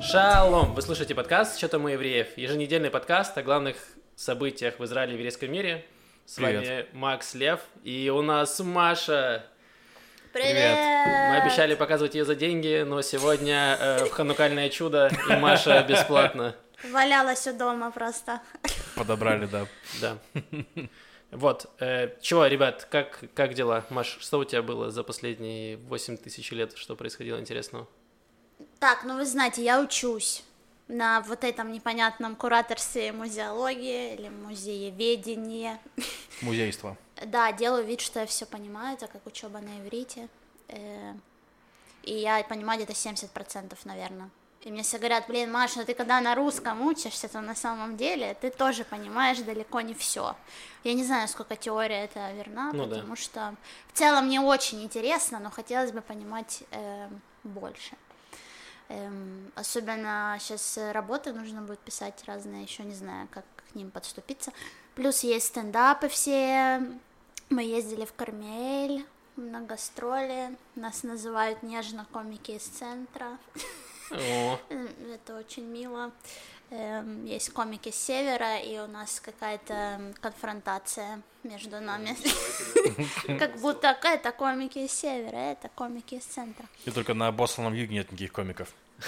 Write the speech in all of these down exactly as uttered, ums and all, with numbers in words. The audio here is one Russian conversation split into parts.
Шалом! Вы слушаете подкаст «Что там у евреев?» Еженедельный подкаст о главных событиях в Израиле и еврейском мире. С Привет. вами Макс Лев, и у нас Маша. Привет! Мы обещали показывать ее за деньги, но сегодня э, в ханукальное чудо, и Маша бесплатно. Валялась у дома просто. Подобрали, да. Да. Вот, э, чего, ребят, как, как дела? Маш, что у тебя было за последние восемь тысяч лет, что происходило интересного? Так, ну вы знаете, я учусь на вот этом непонятном кураторстве музеологии или музееведения. Музейство. Да, делаю вид, что я все понимаю, так как учеба на иврите. Э, И я понимаю где-то семьдесят процентов, наверное. И мне все говорят: блин, Маш, ну ты когда на русском учишься, то на самом деле ты тоже понимаешь далеко не все. Я не знаю, насколько теория это верна, Ну потому да. что в целом мне очень интересно, но хотелось бы понимать э, больше. Эм, особенно сейчас работы нужно будет писать разные, еще не знаю, как к ним подступиться. Плюс есть стендапы все. Мы ездили в Кармель на гастроли. Нас называют нежно комики из центра. О, Это очень мило. Эм, Есть комики с севера, и у нас какая-то конфронтация между нами. Как будто это комики из севера, это комики из центра. И только на обоссанном юге нет никаких комиков.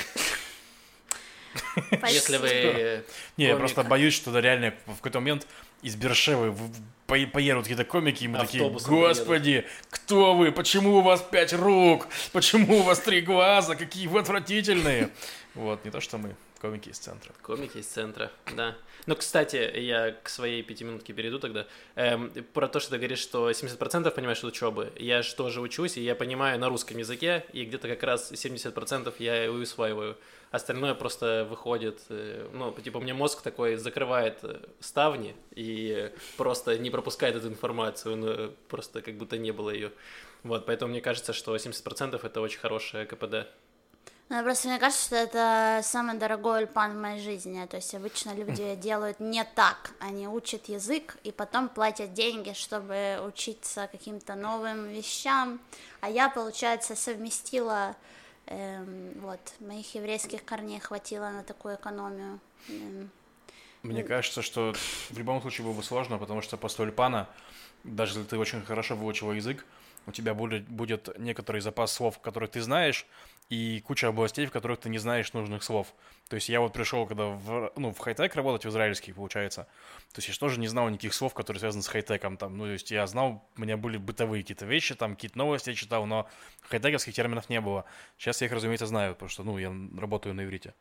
если вы... э, Не, я комик, просто боюсь, что да, реально в какой-то момент из Бершевы в- в- по- поедут какие-то комики, и мы такие: Автобусом господи, кто вы? Почему у вас пять рук? Почему у вас три глаза? Какие вы отвратительные. Вот, не то, что мы, комики из центра. Комики из центра, да. Ну, кстати, я к своей пятиминутке перейду тогда. Эм, про то, что ты говоришь, что семьдесят процентов понимаешь от учебы. Я же тоже учусь, и я понимаю на русском языке, и где-то как раз семьдесят процентов я и усваиваю. Остальное просто выходит, э, ну, типа, у меня мозг такой закрывает э, ставни и просто не пропускает эту информацию, ну, просто как будто не было ее. Вот, поэтому мне кажется, что семьдесят процентов это очень хорошее КПД. Ну, просто мне кажется, что это самый дорогой ульпан в моей жизни. То есть обычно люди делают не так. Они учат язык и потом платят деньги, чтобы учиться каким-то новым вещам. А я, получается, совместила... эм, вот, моих еврейских корней хватило на такую экономию. Эм, Мне кажется, что в любом случае было бы сложно, потому что после Ульпана, даже если ты очень хорошо выучил язык, у тебя будет, будет некоторый запас слов, которые ты знаешь, и куча областей, в которых ты не знаешь нужных слов. То есть я вот пришел, когда в, ну, в хай-тек работать, в израильский, получается. То есть я же тоже не знал никаких слов, которые связаны с хай-теком. Там. Ну, то есть я знал, у меня были бытовые какие-то вещи, там какие-то новости я читал, но хай-тековских терминов не было. Сейчас я их, разумеется, знаю, потому что, ну, я работаю на иврите.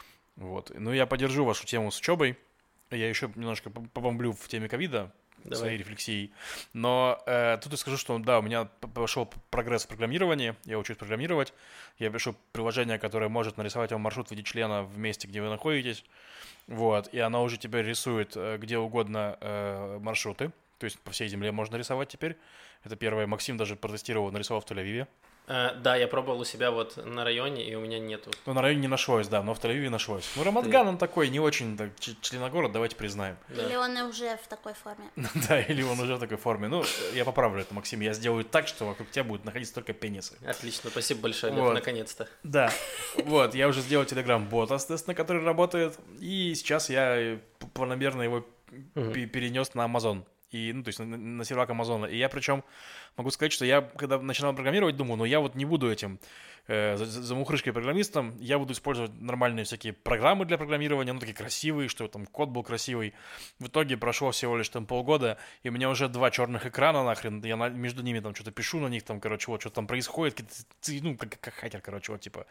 Вот. Ну, я поддержу вашу тему с учебой. Я еще немножко побомблю в теме ковида, Давай. своей рефлексией. Но э, тут я скажу, что да, у меня пошел прогресс в программировании, я учусь программировать. Я пишу приложение, которое может нарисовать вам маршрут в виде члена в месте, где вы находитесь. Вот. И оно уже теперь рисует э, где угодно э, маршруты. То есть по всей земле можно рисовать теперь. Это первое. Максим даже протестировал, нарисовал в Тель-Авиве. Э, да, я пробовал у себя вот на районе, и у меня нету. Ну, на районе не нашлось, да, но в Тель-Авиве нашлось. Ну, Рамат-Ган, он такой, не очень так, членогород, давайте признаем. Да. Или он и уже в такой форме. Да, или он уже в такой форме. Ну, я поправлю это, Максим, я сделаю так, что вокруг тебя будут находиться только пенисы. Отлично, спасибо большое, Лев, Вот. наконец-то. Да, вот, я уже сделал телеграм-бота, соответственно, который работает, и сейчас я планомерно его Мгм. пе- перенес на Amazon. И, ну, то есть на, на сервак Амазона. И я причем могу сказать, что я, когда начинал программировать, думаю, ну я вот не буду этим э, за- за- замухрышкой программистом, я буду использовать нормальные всякие программы для программирования, ну такие красивые, что там код был красивый. В итоге прошло всего лишь там полгода, и у меня уже два черных экрана нахрен, я на- между ними там что-то пишу на них, там, короче, вот что там происходит, какие-то ци- ну, как, как хакер, короче, вот типа.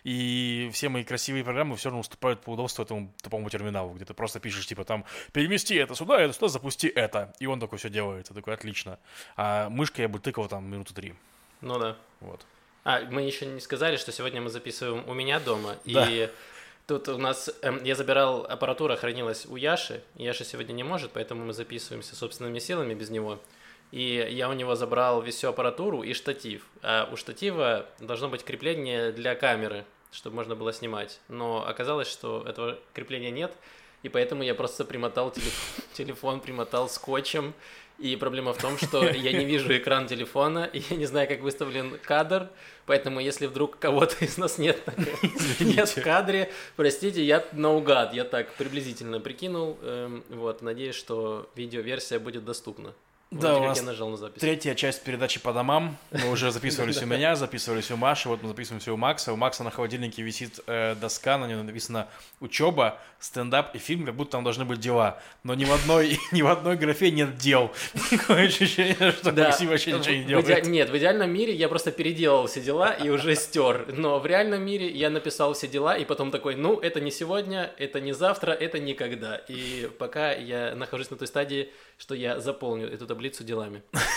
И все мои красивые программы все равно уступают по удобству этому тупому терминалу, где ты просто пишешь, типа, там, перемести это сюда, это сюда, запусти это. И он такой все делает, я такой, отлично. А мышкой я бы тыкал там минуты три. Ну да. Вот. А, мы еще не сказали, что сегодня мы записываем у меня дома, Да. и тут у нас, эм, я забирал, аппаратура хранилась у Яши, Яша сегодня не может, поэтому мы записываемся собственными силами без него. И я у него забрал всю аппаратуру и штатив. А у штатива должно быть крепление для камеры, чтобы можно было снимать. Но оказалось, что этого крепления нет. и поэтому я просто примотал телефон, телефон примотал скотчем, и проблема в том, что я не вижу экран телефона, и я не знаю, как выставлен кадр, поэтому если вдруг кого-то из нас нет, нет в кадре, простите, я наугад, я так приблизительно прикинул, эм, вот, надеюсь, что видеоверсия будет доступна. Да, Вроде у как нас я нажал на запись. третья часть передачи по домам. Мы уже записывались у меня, записывались у Маши, вот мы записываемся у Макса. У Макса на холодильнике висит э, доска, на ней написано «Учеба», «Стендап» и «Фильм», как будто там должны быть дела. Но ни в одной, ни в одной графе нет дел. Такое ощущение, что Да. Максим вообще ничего не В делает. иде- Нет, в идеальном мире я просто переделал все дела и уже стер. Но в реальном мире я написал все дела и потом такой, ну, это не сегодня, это не завтра, это никогда. И пока я нахожусь на той стадии, что я заполню эту таблицу делами.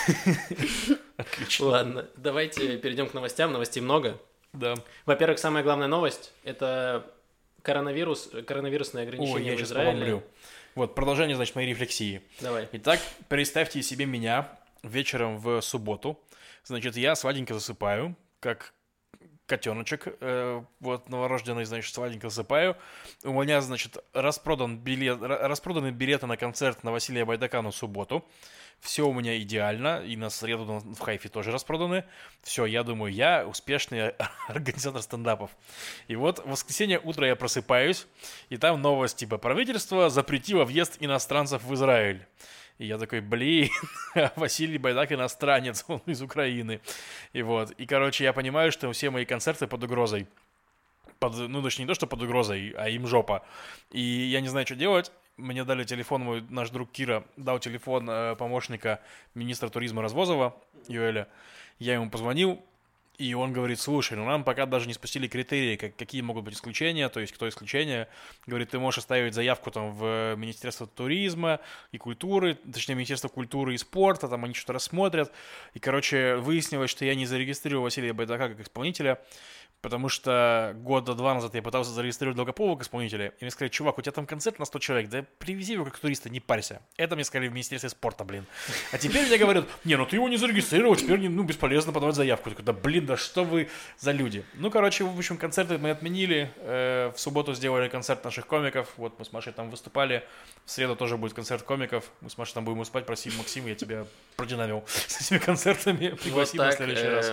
Отлично. Ладно, давайте перейдем к новостям. Новостей много. Да. Во-первых, самая главная новость – это коронавирус, коронавирусные Ой, ограничения я в сейчас Израиле. помру. Вот, продолжение, значит, моей рефлексии. Давай. Итак, представьте себе меня вечером в субботу. Значит, я сладенько засыпаю, как котеночек, э, вот, новорожденный, значит, сладенько засыпаю. У меня, значит, распродан билет, ра- распроданы билеты на концерт на Василия Байдака на субботу. Все у меня идеально, и на среду на- в Хайфе тоже распроданы. Все, я думаю, я успешный организатор стендапов. И вот в воскресенье утро я просыпаюсь, и там новость, типа, правительство запретило въезд иностранцев в Израиль. И я такой, блин, Василий Байдак иностранец, он из Украины. И вот, и, короче, я понимаю, что все мои концерты под угрозой. Под, ну, точнее, не то, что под угрозой, а им жопа. И я не знаю, что делать. Мне дали телефон, мой наш друг Кира дал телефон э, помощника министра туризма Развозова, Юэля. Я ему позвонил, и он говорит, слушай, ну нам пока даже не спустили критерии, как, какие могут быть исключения, то есть кто исключение. Говорит, ты можешь оставить заявку там в Министерство туризма и культуры, точнее, Министерство культуры и спорта, там они что-то рассмотрят. И, короче, выяснилось, что я не зарегистрировал Василия Байдака как исполнителя, потому что года два назад я пытался зарегистрировать Долгополова как исполнителя, и мне сказали, чувак, у тебя там концерт на сто человек, да привези его как туриста, не парься. Это мне сказали в Министерстве спорта, блин. А теперь мне говорят, не, ну ты его не зарегистрировал, теперь ну, бесполезно подавать заявку. Я такой, да блин, да что вы за люди. Ну, короче, в общем, концерты мы отменили, э, в субботу сделали концерт наших комиков, вот мы с Машей там выступали, в среду тоже будет концерт комиков, мы с Машей там будем выступать, проси, Максим, я тебя продинамил с этими концертами, пригласи на следующий раз.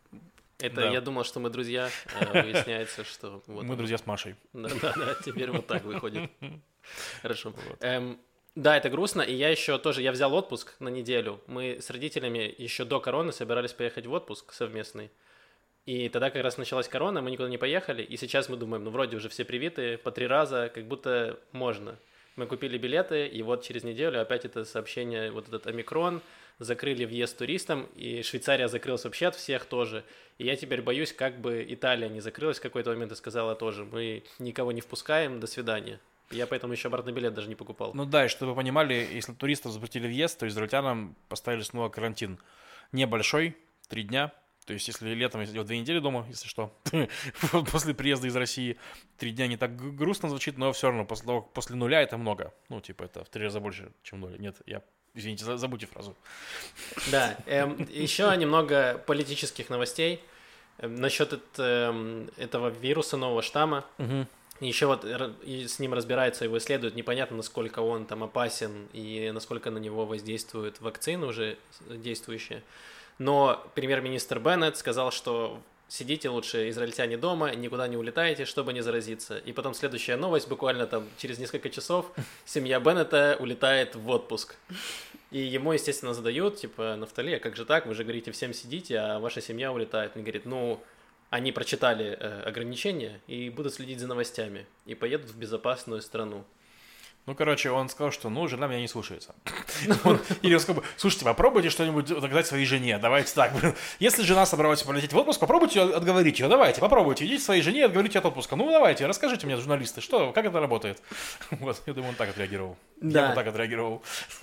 Это Да. я думал, что мы друзья, а выясняется, что... Вот Мы он. друзья с Машей. Да, да, да, теперь вот так выходит. Хорошо. Эм, да, это грустно, и я еще тоже, я взял отпуск на неделю. Мы с родителями еще до короны собирались поехать в отпуск совместный. И тогда как раз началась корона, мы никуда не поехали, и сейчас мы думаем, ну вроде уже все привиты по три раза, как будто можно. Мы купили билеты, и вот через неделю опять это сообщение, вот этот омикрон, закрыли въезд туристам, и Швейцария закрылась вообще от всех тоже. И я теперь боюсь, как бы Италия не закрылась в какой-то момент и сказала тоже, мы никого не впускаем, до свидания. Я поэтому еще обратный билет даже не покупал. Ну да, и чтобы вы понимали, если туристов запретили въезд, то израильтянам поставили снова карантин. Небольшой, три дня. То есть, если летом я сидел две недели дома, если что, после приезда из России, три дня не так г- грустно звучит, но все равно после, того, после нуля это много. Ну, типа, это в три раза больше, чем ноль. Нет, я, извините, за- забудьте фразу. Да, эм, еще немного политических новостей эм, насчет эт- эм, этого вируса, нового штамма. Еще вот р- и с ним разбираются, его исследуют, непонятно, насколько он там опасен и насколько на него воздействуют вакцины уже действующие. Но премьер-министр Беннет сказал, что сидите лучше, израильтяне, дома, никуда не улетайте, чтобы не заразиться. И потом следующая новость, буквально там через несколько часов, семья Беннета улетает в отпуск. И ему, естественно, задают, типа, Нафтали, а как же так, вы же говорите, всем сидите, а ваша семья улетает. Он говорит, ну, они прочитали э, ограничения и будут следить за новостями, и поедут в безопасную страну. Ну, короче, он сказал, что, ну, жена меня не слушается. Он- Или он сказал, бы, слушайте, попробуйте что-нибудь доказать своей жене, давайте так. Если жена собралась полететь в отпуск, попробуйте отговорить ее, давайте, попробуйте, идите своей жене и отговорите от отпуска. Ну, давайте, расскажите мне, журналисты, что, как это работает? Вот, я думаю, он так отреагировал. Я Да. бы так отреагировал.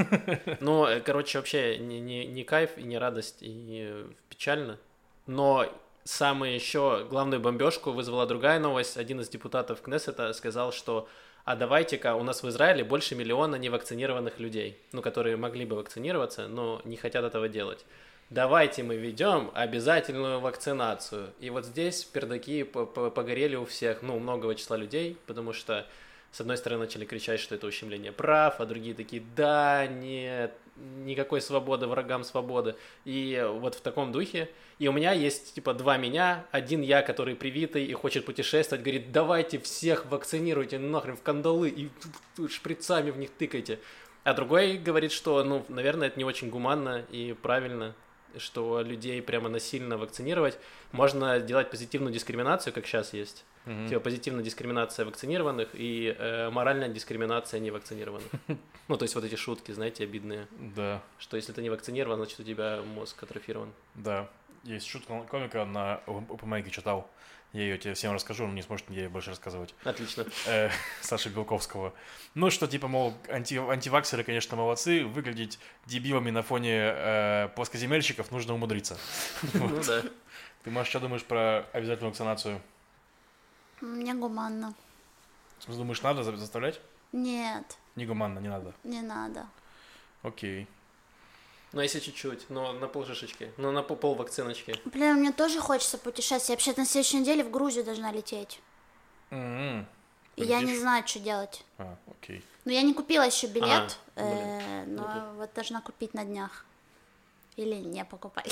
Ну, э, короче, вообще не, не, не кайф и не радость, и э, печально. Но самую еще главную бомбежку вызвала другая новость. Один из депутатов Кнессета сказал, что а давайте-ка, у нас в Израиле больше миллиона невакцинированных людей, ну, которые могли бы вакцинироваться, но не хотят этого делать. Давайте мы введем обязательную вакцинацию. И вот здесь пердаки по- по- погорели у всех, ну, у многого числа людей, потому что с одной стороны начали кричать, что это ущемление прав, а другие такие, да, нет, никакой свободы, врагам свободы. И вот в таком духе. И у меня есть, типа, два меня. Один я, который привитый и хочет путешествовать, говорит, давайте всех вакцинируйте нахрен в кандалы и шприцами в них тыкайте. А другой говорит, что, ну, наверное, это не очень гуманно и правильно, что людей прямо насильно вакцинировать. Можно делать позитивную дискриминацию, как сейчас есть. Mm-hmm. Типа позитивная дискриминация вакцинированных и э, моральная дискриминация невакцинированных. Ну, то есть вот эти шутки, знаете, обидные. Да. Что если ты не вакцинирован, значит у тебя мозг атрофирован. Да. Есть шутка комика на OpenMic читал. Я ее тебе всем расскажу, но не сможет мне больше рассказывать. Отлично. Э, Саши Белковского. Ну, что типа, мол, анти, антиваксеры, конечно, молодцы. Выглядеть дебилами на фоне э, плоскоземельщиков нужно умудриться. Ну да. Ты, Маш, что думаешь про обязательную вакцинацию? Мне гуманно. В смысле, думаешь, надо заставлять? Нет. Не гуманно, не надо. Не надо. Окей. Ну, если чуть-чуть, но на полшишечки, ну, на пол вакциночки. Блин, мне тоже хочется путешествовать. Я вообще на следующей неделе в Грузию должна лететь. Mm-hmm. И я не знаю, что делать. А, окей. Но я не купила еще билет, а, э, но ну, вот должна купить на днях. Или не покупать.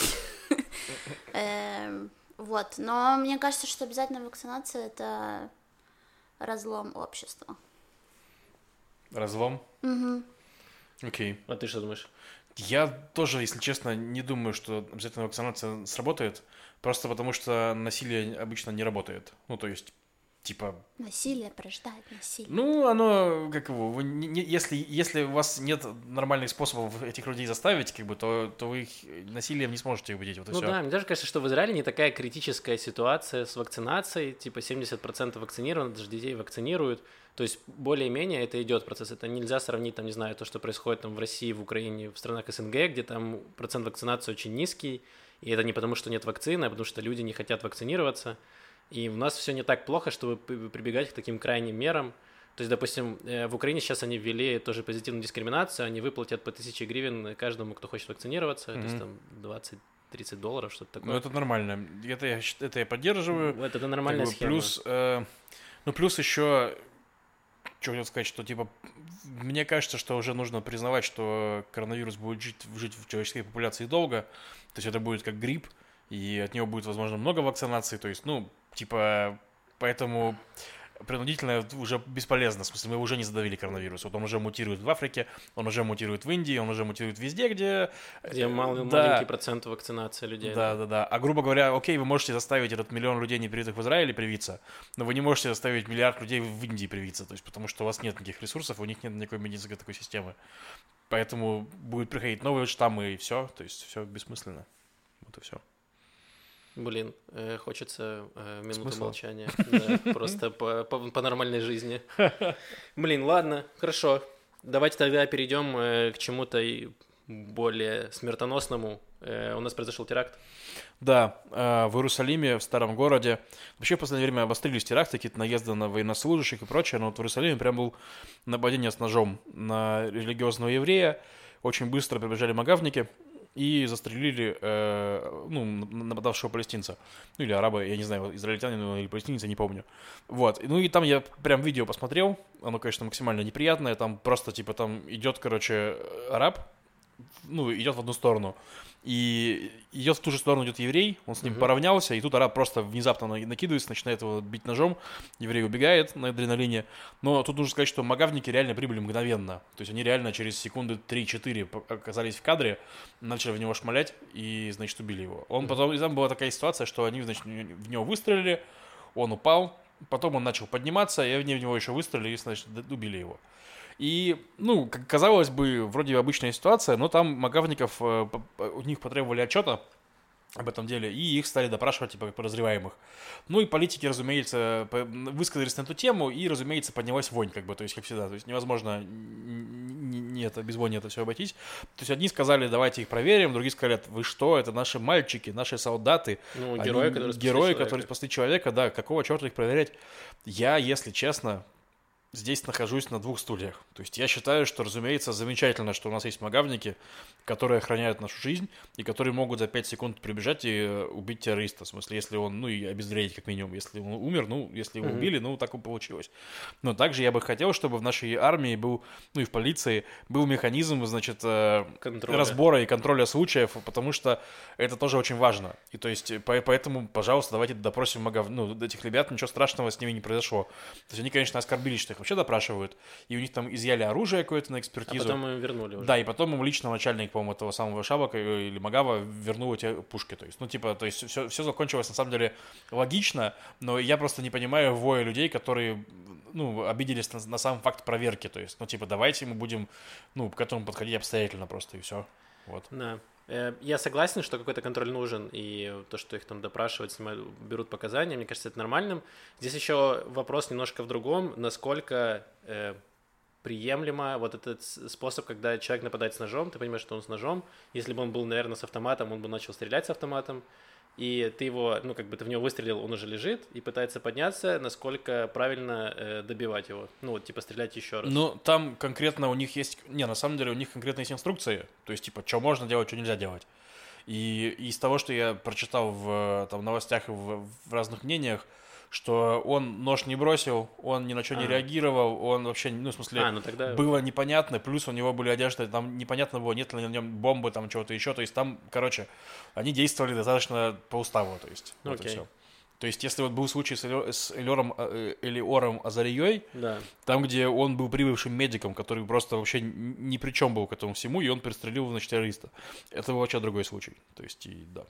Вот, но мне кажется, что обязательно вакцинация — это разлом общества. Разлом? Угу. Окей. А ты что думаешь? Я тоже, если честно, не думаю, что обязательно вакцинация сработает, просто потому что насилие обычно не работает. Ну, то есть, типа... Насилие порождает насилие. Ну, оно, как его, вы не, не, если, если у вас нет нормальных способов этих людей заставить, как бы, то, то вы их насилием не сможете убедить. Вот и ну все. да, мне даже кажется, что в Израиле не такая критическая ситуация с вакцинацией, типа семьдесят процентов вакцинированы, даже детей вакцинируют. То есть более-менее это идет процесс. Это нельзя сравнить, там, не знаю, то, что происходит там в России, в Украине, в странах СНГ, где там процент вакцинации очень низкий. И это не потому, что нет вакцины, а потому что люди не хотят вакцинироваться. И у нас все не так плохо, чтобы прибегать к таким крайним мерам. То есть, допустим, в Украине сейчас они ввели тоже позитивную дискриминацию, они выплатят по тысяче гривен каждому, кто хочет вакцинироваться, mm-hmm. то есть там двадцать-тридцать долларов, что-то такое. Ну, это нормально. Это я, это я поддерживаю. Вот это нормальная как бы, схема. Плюс, э, ну, плюс еще... Что хотел сказать, что, типа, мне кажется, что уже нужно признавать, что коронавирус будет жить, жить в человеческой популяции долго, то есть это будет как грипп, и от него будет, возможно, много вакцинаций, то есть, ну, типа, поэтому принудительно уже бесполезно, в смысле, мы уже не задавили коронавирус, вот он уже мутирует в Африке, он уже мутирует в Индии, он уже мутирует везде, где... Где мал, да, маленький процент вакцинации людей. Да, да, да, а грубо говоря, окей, вы можете заставить этот миллион людей, не привитых в Израиле, привиться, но вы не можете заставить миллиард людей в Индии привиться, то есть потому что у вас нет никаких ресурсов, у них нет никакой медицинской такой системы, поэтому будут приходить новые штаммы и все, то есть все бессмысленно, вот и все. Блин, э, хочется э, минуту Смысл? молчания. Да, просто по, по, по нормальной жизни. Блин, ладно, хорошо. Давайте тогда перейдем э, к чему-то и более смертоносному. Э, у нас произошел теракт. Да, э, в Иерусалиме, в старом городе. Вообще в последнее время обострились теракты, какие-то наезды на военнослужащих и прочее, но вот в Иерусалиме прям был нападение с ножом на религиозного еврея. Очень быстро прибежали магавники и застрелили э, ну, нападавшего палестинца. Ну, или араба, я не знаю, израильтянин или палестинец, я не помню. Вот. Ну, и там я прям видео посмотрел. Оно, конечно, максимально неприятное. Там просто, типа, там идет, короче, араб, ну, идет в одну сторону. И идет в ту же сторону идет еврей, он с ним uh-huh. поравнялся, и тут араб просто внезапно накидывается, начинает его бить ножом, еврей убегает на адреналине. Но тут нужно сказать, что магавники реально прибыли мгновенно. То есть они реально через секунды три-четыре оказались в кадре, начали в него шмалять и, значит, убили его. Он uh-huh. потом, и там была такая ситуация, что они, значит, в него выстрелили, он упал, потом он начал подниматься, и они в него еще выстрелили и, значит, убили его. И, ну, как казалось бы, вроде обычная ситуация, но там магавников, у них потребовали отчета об этом деле, и их стали допрашивать, типа, как подозреваемых. Ну, и политики, разумеется, высказались на эту тему, и, разумеется, поднялась вонь, как бы, то есть, как всегда, то есть, невозможно нет, без вони это все обойтись. То есть, одни сказали, давайте их проверим, другие сказали, вы что, это наши мальчики, наши солдаты. Ну, герои, они, которые спасли герои, человека. которые спасли человека, да, какого черта их проверять? Я, если честно... здесь нахожусь на двух стульях. То есть я считаю, что, разумеется, замечательно, что у нас есть магавники, которые охраняют нашу жизнь и которые могут за пять секунд прибежать и убить террориста. В смысле, если он, ну и обезвредить как минимум. Если он умер, ну, если его mm-hmm. убили, ну, так и получилось. Но также я бы хотел, чтобы в нашей армии был, ну и в полиции, был механизм, значит, контроля. разбора и контроля случаев, потому что это тоже очень важно. И то есть, поэтому, пожалуйста, давайте допросим магав... ну, этих ребят, ничего страшного с ними не произошло. То есть они, конечно, оскорбили, что их вообще допрашивают, и у них там изъяли оружие какое-то на экспертизу. А потом им вернули уже. Да, и потом им лично начальник, по-моему, этого самого Шабака или Магава вернул эти пушки. То есть, ну, типа, то есть все, все закончилось, на самом деле, логично, но я просто не понимаю воя людей, которые, ну, обиделись на, на сам факт проверки. То есть, ну, типа, давайте мы будем, ну, к этому подходить обстоятельно просто, и все. Вот. Да. Я согласен, что какой-то контроль нужен, и то, что их там допрашивают, снимают, берут показания, мне кажется, это нормальным. Здесь еще вопрос немножко в другом, насколько э, приемлемо вот этот способ, когда человек нападает с ножом, ты понимаешь, что он с ножом, если бы он был, наверное, с автоматом, он бы начал стрелять с автоматом, и ты его, ну, как бы ты в него выстрелил, он уже лежит и пытается подняться, насколько правильно э, добивать его, ну, вот, типа, стрелять еще раз. Ну, там конкретно у них есть, не, на самом деле у них конкретно есть инструкции, то есть, типа, что можно делать, что нельзя делать. И из того, что я прочитал в там, новостях и в, в разных мнениях, что он нож не бросил, он ни на что а. не реагировал, он вообще, ну, в смысле, а, ну, тогда... было непонятно, плюс у него были одежды, там непонятно было, нет ли на нем бомбы, там чего-то еще, то есть там, короче, они действовали достаточно по уставу, то есть, вот и все. То есть, если вот был случай с, Элё, с Элёром, э, Элиором Азарией, да. там, где он был прибывшим медиком, который просто вообще ни при чем был к этому всему, и он пристрелил, значит, террориста. Это вообще другой случай, то есть, и да.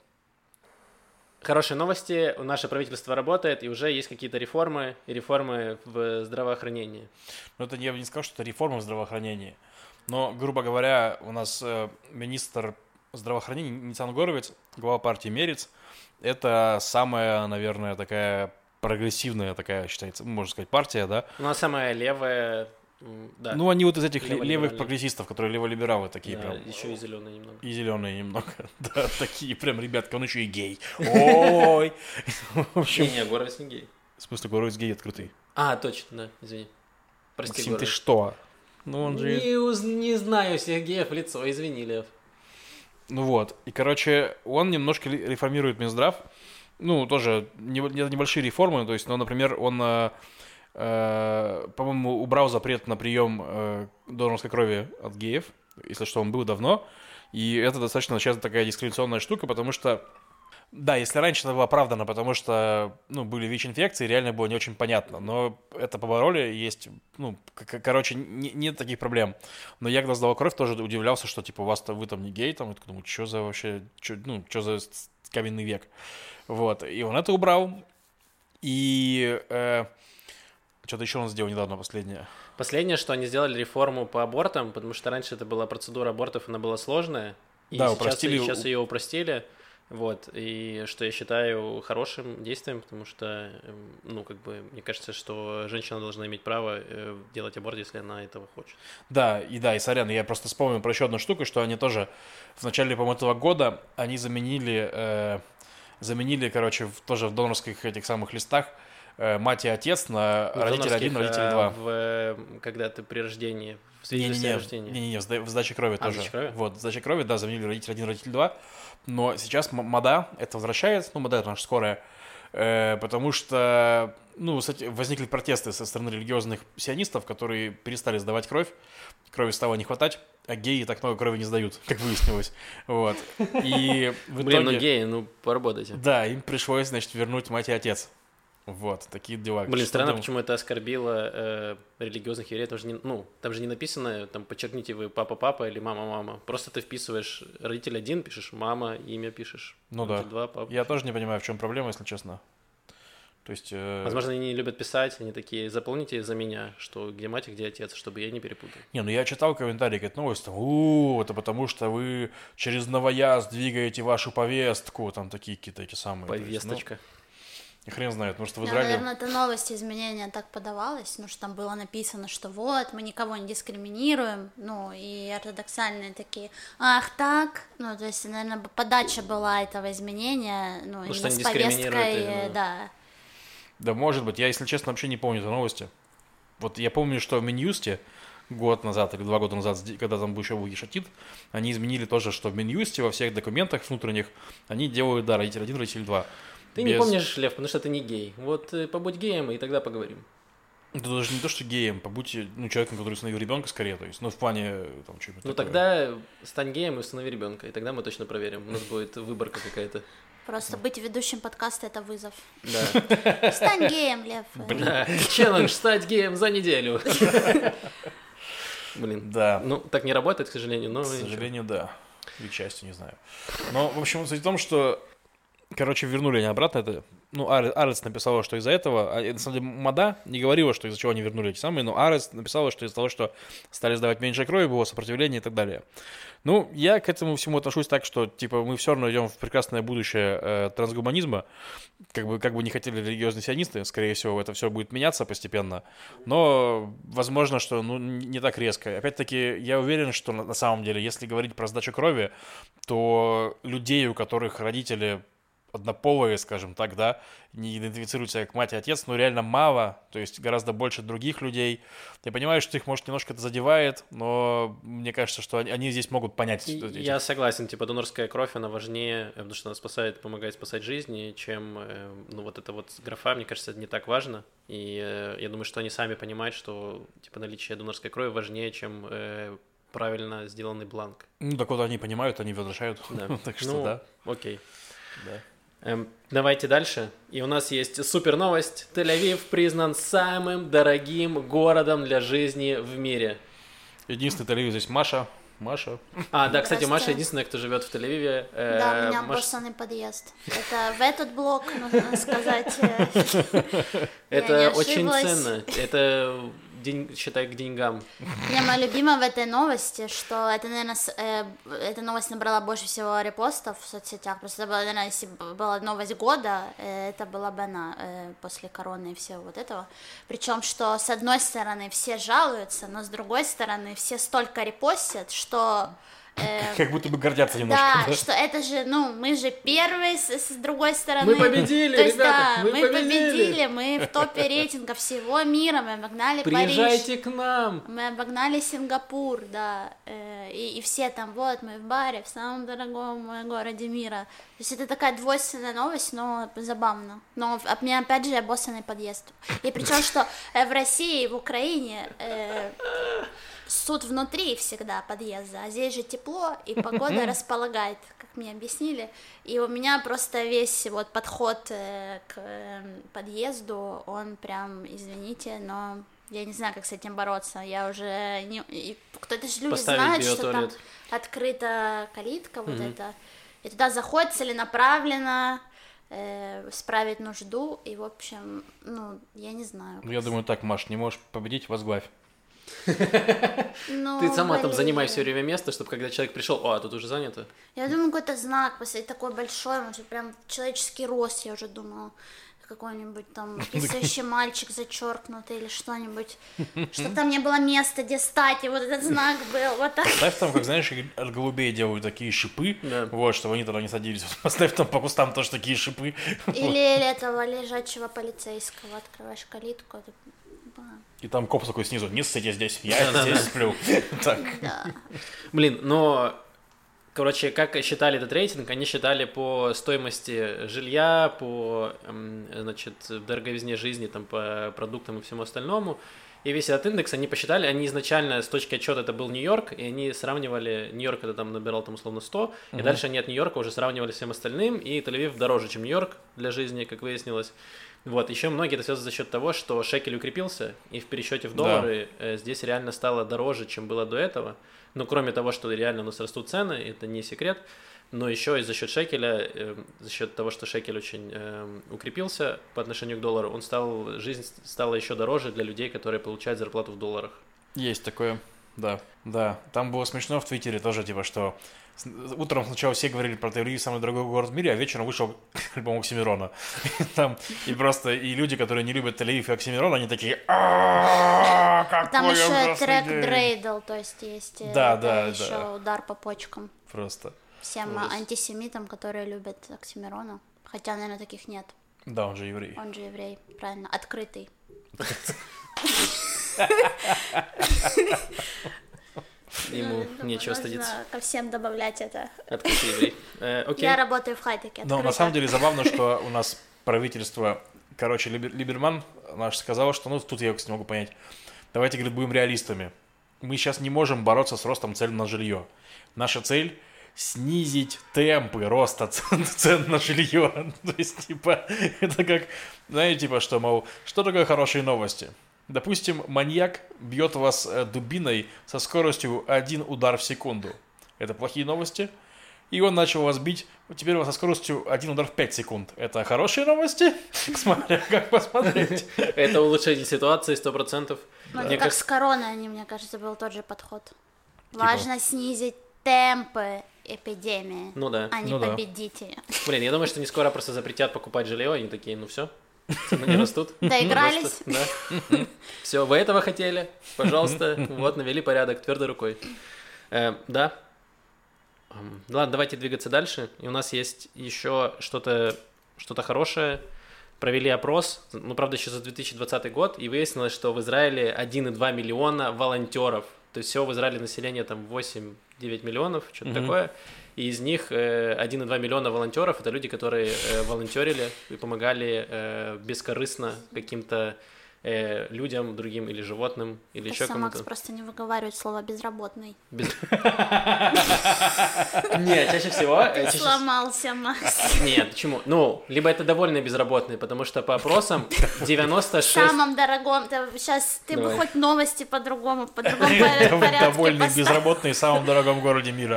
Хорошие новости, наше правительство работает, и уже есть какие-то реформы, и реформы в здравоохранении. Ну, это я бы не сказал, что это реформа в здравоохранении, но, грубо говоря, у нас э, министр здравоохранения Нициан Горовец, глава партии Мерец, это самая, наверное, такая прогрессивная такая, считается, можно сказать, партия, да? Ну, а самая левая... Да. Ну, они вот из этих левых прогрессистов, которые леволибералы такие, да, прям. Еще и зеленые немного. И зеленые немного. Да, такие прям ребятки, он еще и гей. Ой! В общем... Не, Горовец не гей. В смысле, Горовец гей открытый. А, точно, да, извини. Прости, Максим, ты что? Ну, он же... Не, не знаю всех геев в лицо, извини, Лев. Ну вот, и, короче, он немножко реформирует Минздрав. Ну, тоже небольшие реформы, то есть, ну, например, он... по-моему, убрал запрет на прием донорской крови от геев, если что, он был давно, и это достаточно сейчас такая дискриминационная штука, потому что, да, если раньше это было оправдано, потому что, ну, были ВИЧ-инфекции, реально было не очень понятно, но это побороли, есть, ну, к- короче, не, нет таких проблем. Но я, когда сдавал кровь, тоже удивлялся, что, типа, у вас-то, вы там не гей, там, я такой думаю, что за вообще, чё, ну, что за каменный век, вот, и он это убрал, и... Э, Что-то еще он сделал недавно, последнее. Последнее, что они сделали реформу по абортам, потому что раньше это была процедура абортов, она была сложная. И да, сейчас, упростили. сейчас ее упростили. Вот, и что я считаю хорошим действием, потому что, ну, как бы, мне кажется, что женщина должна иметь право делать аборт, если она этого хочет. Да, и да, и сорян, я просто вспомнил про еще одну штуку, что они тоже в начале, по-моему, этого года, они заменили, э, заменили, короче, в, тоже в донорских этих самых листах мать и отец на родитель один, родитель два. В, когда ты при рождении, в свидетельстве о рождении. Не-не-не, в сдаче крови а, тоже. Сдаче крови? Вот, в сдаче крови, да, заменили родитель один, родитель два. Но сейчас МОДА это возвращает, ну, МОДА это наша скорая, э, потому что, ну, кстати, возникли протесты со стороны религиозных сионистов, которые перестали сдавать кровь, крови стало не хватать, а геи так много крови не сдают, как выяснилось. Вот. И в итоге... Блин, ну геи, ну поработайте. Да, им пришлось, значит, вернуть мать и отец. Вот, такие дела. Блин, странно, дум... почему это оскорбило э, религиозных евреев. Там же, не, ну, там же не написано, там, подчеркните вы папа-папа или мама-мама. Просто ты вписываешь родитель один, пишешь мама, имя пишешь. Ну да. Два, папа. Я тоже не понимаю, в чем проблема, если честно. То есть... Э... Возможно, они не любят писать, они такие, заполните за меня, что где мать и где отец, чтобы я не перепутал. Не, ну я читал комментарии к этой новости, там, у это потому что вы через новояз двигаете вашу повестку, там такие какие-то эти самые. Повесточка. Есть, ну... И хрен знает, может, в да, Израиле... наверное, эта новость изменения так подавалась, ну, что там было написано, что вот, мы никого не дискриминируем, ну, и ортодоксальные такие, ах, так, ну, то есть, наверное, подача была этого изменения, ну, ну именно с повесткой, именно. да. Да, может быть, я, если честно, вообще не помню этой новости. Вот я помню, что в Минюсте год назад или два года назад, когда там еще был Ешатид, они изменили тоже, что в Минюсте во всех документах внутренних они делают, да, родитель один, родитель два. Ты без... не помнишь, Лев, потому что ты не гей. Вот побудь геем, и тогда поговорим. Это даже не то, что геем, побудь ну, человеком, который установил ребенка скорее, то есть, ну, в плане там что-нибудь Ну, такое. тогда стань геем и установи ребенка, и тогда мы точно проверим. У нас будет выборка какая-то. Просто быть ведущим подкаста — это вызов. Да. Стань геем, Лев. Да. Челлендж стать геем за неделю. Блин. Да. Ну, так не работает, к сожалению, но... К сожалению, да. Или к счастью, не знаю. Но, в общем, суть в том, что, короче, вернули они обратно это. Ну, Арец написала, что из-за этого, а на самом деле Мада не говорила, что из-за чего они вернули эти самые, но Арец написала, что из-за того, что стали сдавать меньше крови, было сопротивление и так далее. Ну, я к этому всему отношусь так, что, типа, мы все равно идем в прекрасное будущее э, трансгуманизма, как бы, как бы не хотели религиозные сионисты, скорее всего, это все будет меняться постепенно, но возможно, что, ну, не так резко. Опять-таки, я уверен, что на, на самом деле, если говорить про сдачу крови, то людей, у которых родители однополые, скажем так, да, не идентифицируют себя как мать и отец, но реально мало, то есть гораздо больше других людей. Я понимаю, что их, может, немножко это задевает, но мне кажется, что они, они здесь могут понять. Что я согласен, типа, донорская кровь, она важнее, потому что она спасает, помогает спасать жизни, чем, ну, вот эта вот графа, мне кажется, это не так важно, и я думаю, что они сами понимают, что, типа, наличие донорской крови важнее, чем правильно сделанный бланк. Ну, так вот они понимают, они возвращают, да. так что ну, да. Окей. Да. Эм, давайте дальше. И у нас есть супер новость. Тель-Авив признан самым дорогим городом для жизни в мире. Единственный Тель-Авив здесь Маша. Маша. А, да, кстати, Маша единственная, кто живет в Тель-Авиве. Э, да, у меня Маш... боссанный подъезд. Это в этот блок, нужно сказать. Это очень ценно. Это считай к деньгам. Мне мое любимое в этой новости, что это, наверное, э, эта новость набрала больше всего репостов в соцсетях. Просто, наверное, если была новость года, э, это была бы она э, после короны и всего вот этого. Причем, что с одной стороны все жалуются, но с другой стороны все столько репостят, что... Э, как будто бы гордятся немножко. Да, да, что это же, ну, мы же первые, с, с другой стороны. Мы победили, то есть, ребята, да, мы, мы победили. победили, мы в топе рейтинга всего мира, мы обогнали Приезжайте Париж. к нам. Мы обогнали Сингапур, да, э, и, и все там, вот, мы в баре, в самом дорогом городе мира. То есть это такая двойственная новость, но забавно. Но от меня, опять же, обоссанный подъезд. И причем, что в России, в Украине... Э, суд внутри всегда подъезда, а здесь же тепло, и погода располагает, как мне объяснили. И у меня просто весь вот подход э, к э, подъезду, он прям, извините, но я не знаю, как с этим бороться. Я уже не... Кто-то же люди знает, что там открыта калитка, вот mm-hmm. это, и туда заходит целенаправленно, э, справить нужду, и, в общем, ну, я не знаю. Ну, я думаю, так, Маш, не можешь победить, возглавь. Ну, ты сама блин. там занимай все время место, чтобы когда человек пришел, о, а тут уже занято. Я думаю, какой-то знак, посмотри, такой большой, может, прям человеческий рост, я уже думала. Какой-нибудь там писающий мальчик зачеркнутый или что-нибудь, чтобы там не было места, где стать, и вот этот знак был, вот так. Поставь там, как знаешь, от голубей делают такие шипы, да. Вот, чтобы они тогда не садились. Поставь там по кустам тоже такие шипы. Или, или этого лежачего полицейского, открываешь калитку, это... И там коп такой снизу, не ссыте здесь, я здесь сплю. Так. Блин, но... Короче, как считали этот рейтинг? Они считали по стоимости жилья, по, значит, дороговизне жизни, там, по продуктам и всему остальному. И весь этот индекс они посчитали, они изначально с точки отчета это был Нью-Йорк, и они сравнивали, Нью-Йорк это там набирал там условно сто, uh-huh. и дальше они от Нью-Йорка уже сравнивали с всем остальным, и Тель-Авив дороже, чем Нью-Йорк для жизни, как выяснилось. Вот, еще многие это связано за счет того, что шекель укрепился, и в пересчете в доллары да. здесь реально стало дороже, чем было до этого. Ну, кроме того, что реально у нас растут цены, это не секрет, но еще и за счет шекеля, э, за счет того, что шекель очень э, укрепился по отношению к доллару, он стал, жизнь стала еще дороже для людей, которые получают зарплату в долларах. Есть такое, да, да. Там было смешно в Твиттере тоже, типа, что утром сначала все говорили про Тель-Авив самый дорогой город в мире, а вечером вышел альбом Оксимирона. Там и просто и люди, которые не любят Тель-Авив и Оксимирона, они такие. Там еще трек Дрейдл, то есть есть. Да, да, еще удар по почкам. Просто. Всем антисемитам, которые любят Оксимирона, хотя, наверное, таких нет. Да, он же еврей. Он же еврей, правильно, открытый. Ему нечего стыдиться. Нужно ко всем добавлять это. Открытый еврей. Э, окей. Я работаю в хай-теке. Но на самом деле забавно, что у нас правительство, короче, Либер- Либерман наш сказал, что, ну, тут я, кстати, не могу понять, давайте, говорит, будем реалистами. Мы сейчас не можем бороться с ростом цен на жилье. Наша цель — снизить темпы роста цен, цен на жилье. То есть, типа, это как, знаете, типа, что, мол, что такое хорошие новости? Допустим, маньяк бьет вас э, дубиной со скоростью один удар в секунду. Это плохие новости. И он начал вас бить, теперь у вас со скоростью один удар в пять секунд. Это хорошие новости? Смотря как посмотреть. Это улучшение ситуации сто процентов. Ну, это Мне как кажется- с короной, они, мне кажется, был тот же подход. Важно снизить темпы эпидемии, Ну да. а не Ну да. победить ее. Блин, я думаю, что не скоро просто запретят покупать жилье, они такие, ну все, цены не растут. Доигрались? Все, вы этого хотели? Пожалуйста, вот, навели порядок твердой рукой. Э, Да. Эм, Ладно, давайте двигаться дальше. И у нас есть еще что-то что-то хорошее. Провели опрос, ну, правда, еще за две тысячи двадцатый год, и выяснилось, что в Израиле один и два миллиона волонтеров. То есть всего в Израиле население там восемь-девять миллионов, что-то Мгм. такое. И из них э, один и два миллиона волонтеров — это люди, которые э, волонтерили и помогали э, бескорыстно каким-то э, людям, другим или животным, или еще Просто Макс кому-то. просто не выговаривает слово «безработный». Без- Нет, чаще всего... э, чаще- Сломался, Макс. Нет, почему? Ну, либо это довольные безработные, потому что по опросам девяносто В шесть... самом дорогом, сейчас ты бы Давай. хоть новости по-другому, по другому порядке Довольный, поставил. безработный в самом дорогом городе мира.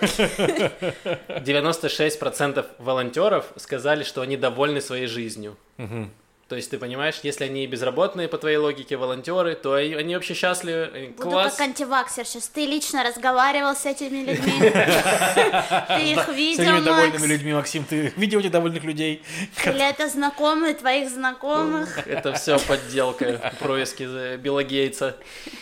девяносто шесть процентов волонтеров сказали, что они довольны своей жизнью. То есть ты понимаешь, если они безработные, по твоей логике, волонтеры, то и- они вообще счастливы. э, Буду Класс. как антиваксер сейчас. Ты лично разговаривал с этими людьми? Ты их С видел, этими довольными Макс? людьми, Максим, ты видел этих довольных людей? Или это знакомые твоих знакомых? Это все подделка, происки за Билла Гейтса.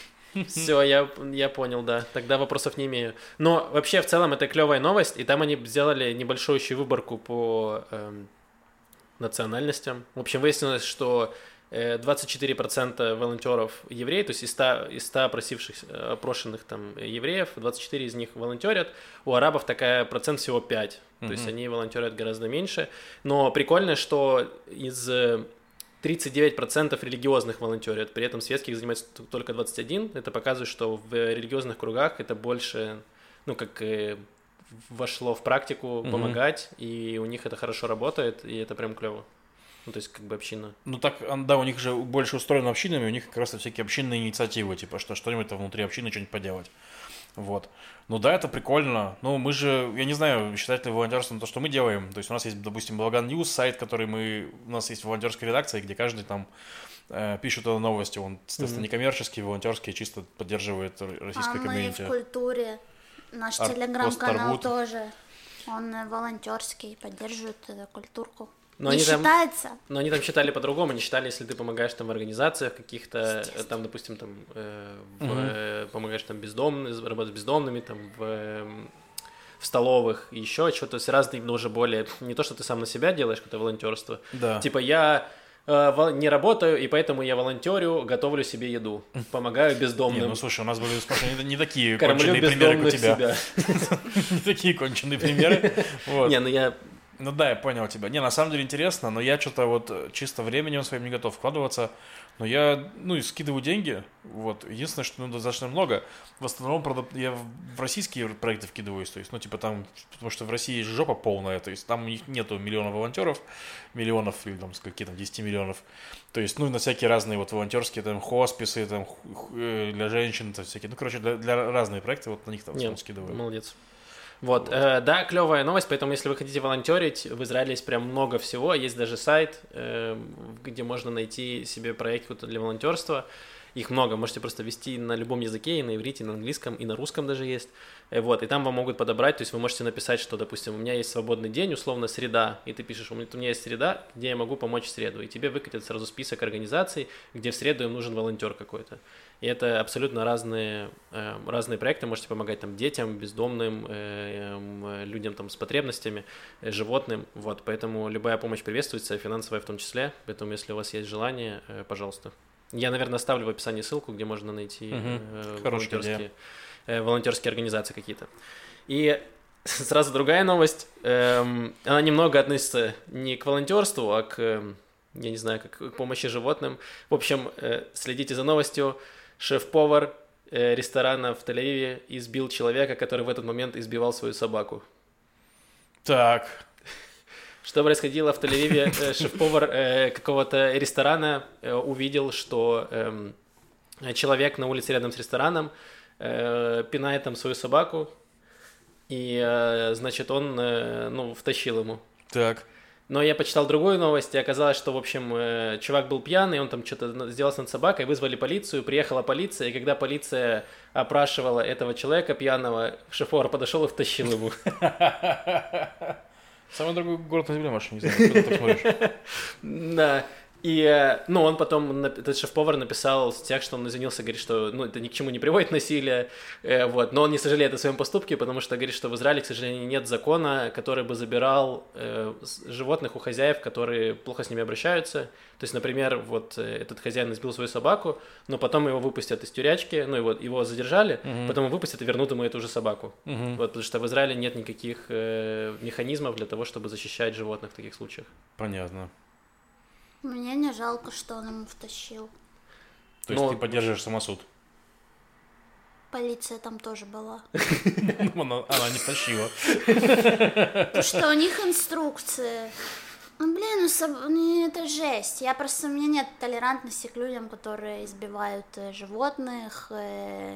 Все, я, я понял, да. Тогда вопросов не имею. Но вообще, в целом, это клевая новость, и там они сделали небольшую еще выборку по эм, национальностям. В общем, выяснилось, что э, двадцать четыре процента волонтеров евреи, то есть из ста, из ста опросившихся, опрошенных там евреев, двадцать четыре из них волонтерят. У арабов такая процент всего пять. То есть они волонтерят гораздо меньше. Но прикольно, что из э, тридцать девять процентов религиозных волонтерят, при этом светских занимается т- только двадцать один процент. Это показывает, что в религиозных кругах это больше, ну, как э, вошло в практику помогать, и у них это хорошо работает, и это прям клево. Ну, то есть, как бы община. Ну так, а, да, у них же больше устроено общинами, у них как раз всякие общинные инициативы, типа, что что-нибудь там внутри общины что-нибудь поделать. Вот. Ну да, это прикольно. Ну, мы же, я не знаю, считать ли волонтерством то, что мы делаем. То есть у нас есть, допустим, Благан Ньюс, сайт, который мы... У нас есть волонтерская редакция, где каждый там э, пишет о новости. Он, естественно, Мгм. некоммерческий, волонтерский, чисто поддерживает р- А российское мы комьюнити. в культуре. Наш Ар- телеграм-канал Постарбут. тоже. Он э, волонтерский, поддерживает э, культурку. Но Не они там- считается. Но они там считали по-другому, не считали, если ты помогаешь там в организациях каких-то, э, там, допустим, там, э, в, Мгм. э, помогаешь там бездомным, работать с бездомными, там, в, э, в столовых, и еще что-то, то есть разные, но уже более, не то, что ты сам на себя делаешь, какое-то волонтерство, Да. типа я э, вол- не работаю, и поэтому я волонтерю, готовлю себе еду, помогаю Не, бездомным, ну слушай, у нас были спрашивания не, не такие кормлю конченые примеры, как у бездомных тебя. себя. Не такие конченые примеры. Вот. Не, ну я... Ну да, я понял тебя. Не, на самом деле интересно, но я что-то вот э, чисто временем своим не готов вкладываться. Но я, ну, и скидываю деньги. Вот. Единственное, что ну, достаточно много. В основном, правда, я в в российские проекты вкидываюсь. То есть, ну, типа там, потому что в России жопа полная. То есть, там у них нету миллиона волонтеров, миллионов или там какие там десять миллионов. То есть, ну, и на всякие разные вот волонтерские там хосписы, там ху- ху- э, для женщин, там всякие. Ну, короче, для, для разные проекты, вот на них там в основном Нет, скидываю. молодец. Вот, э, да, клевая новость, поэтому если вы хотите волонтерить, в Израиле есть прям много всего, есть даже сайт, э, где можно найти себе проект какой-то для волонтерства, их много, можете просто ввести на любом языке, и на иврите, и на английском, и на русском даже есть, Э, вот, и там вам могут подобрать, то есть вы можете написать, что, допустим, у меня есть свободный день, условно, среда, и ты пишешь, у меня, у меня есть среда, где я могу помочь в среду, и тебе выкатят сразу список организаций, где в среду им нужен волонтер какой-то. И это абсолютно разные, э, разные проекты. Можете помогать там детям, бездомным, э, э, людям там с потребностями, э, животным. Вот, поэтому любая помощь приветствуется, финансовая в том числе. Поэтому, если у вас есть желание, э, пожалуйста. Я, наверное, оставлю в описании ссылку, где можно найти Мгм. э, Хорошая волонтерские, э, волонтерские организации какие-то. И сразу другая новость. Эм, она немного относится не к волонтерству, а к, эм, я не знаю, как к помощи животным. В общем, э, следите за новостью. Шеф-повар э, ресторана в Тель-Авиве избил человека, который в этот момент избивал свою собаку. Так. Что происходило в Тель-Авиве? Э, Шеф-повар э, какого-то ресторана э, увидел, что эм, человек на улице рядом с рестораном э, пинает там свою собаку, и, э, значит, он, э, ну, втащил ему. Так. Но я почитал другую новость, и оказалось, что, в общем, э, чувак был пьяный, он там что-то сделался над собакой, вызвали полицию, приехала полиция, и когда полиция опрашивала этого человека пьяного, шеф-повар подошел и втащил его. Самый дорогой город на земле, Маша, не знаю, куда ты так смотришь. Да. И, э, ну, он потом, нап- этот шеф-повар написал в сетях, что он извинился, говорит, что, ну, это ни к чему не приводит насилие, э, вот, но он не сожалеет о своем поступке, потому что говорит, что в Израиле, к сожалению, нет закона, который бы забирал э, с- животных у хозяев, которые плохо с ними обращаются. То есть, например, вот э, этот хозяин избил свою собаку, но потом его выпустят из тюрячки, ну, его, его задержали, Мгм. потом его выпустят и вернут ему эту же собаку. Мгм. Вот, потому что в Израиле нет никаких э, механизмов для того, чтобы защищать животных в таких случаях. Понятно. Мне не жалко, что он ему втащил. То есть Но- ты поддерживаешь самосуд. Полиция там тоже была. Ну, Она она не втащила. Потому что у них инструкции. Ну, блин, ну, соб- ну, это жесть. Я просто, у меня нет толерантности к людям, которые избивают э, животных, э,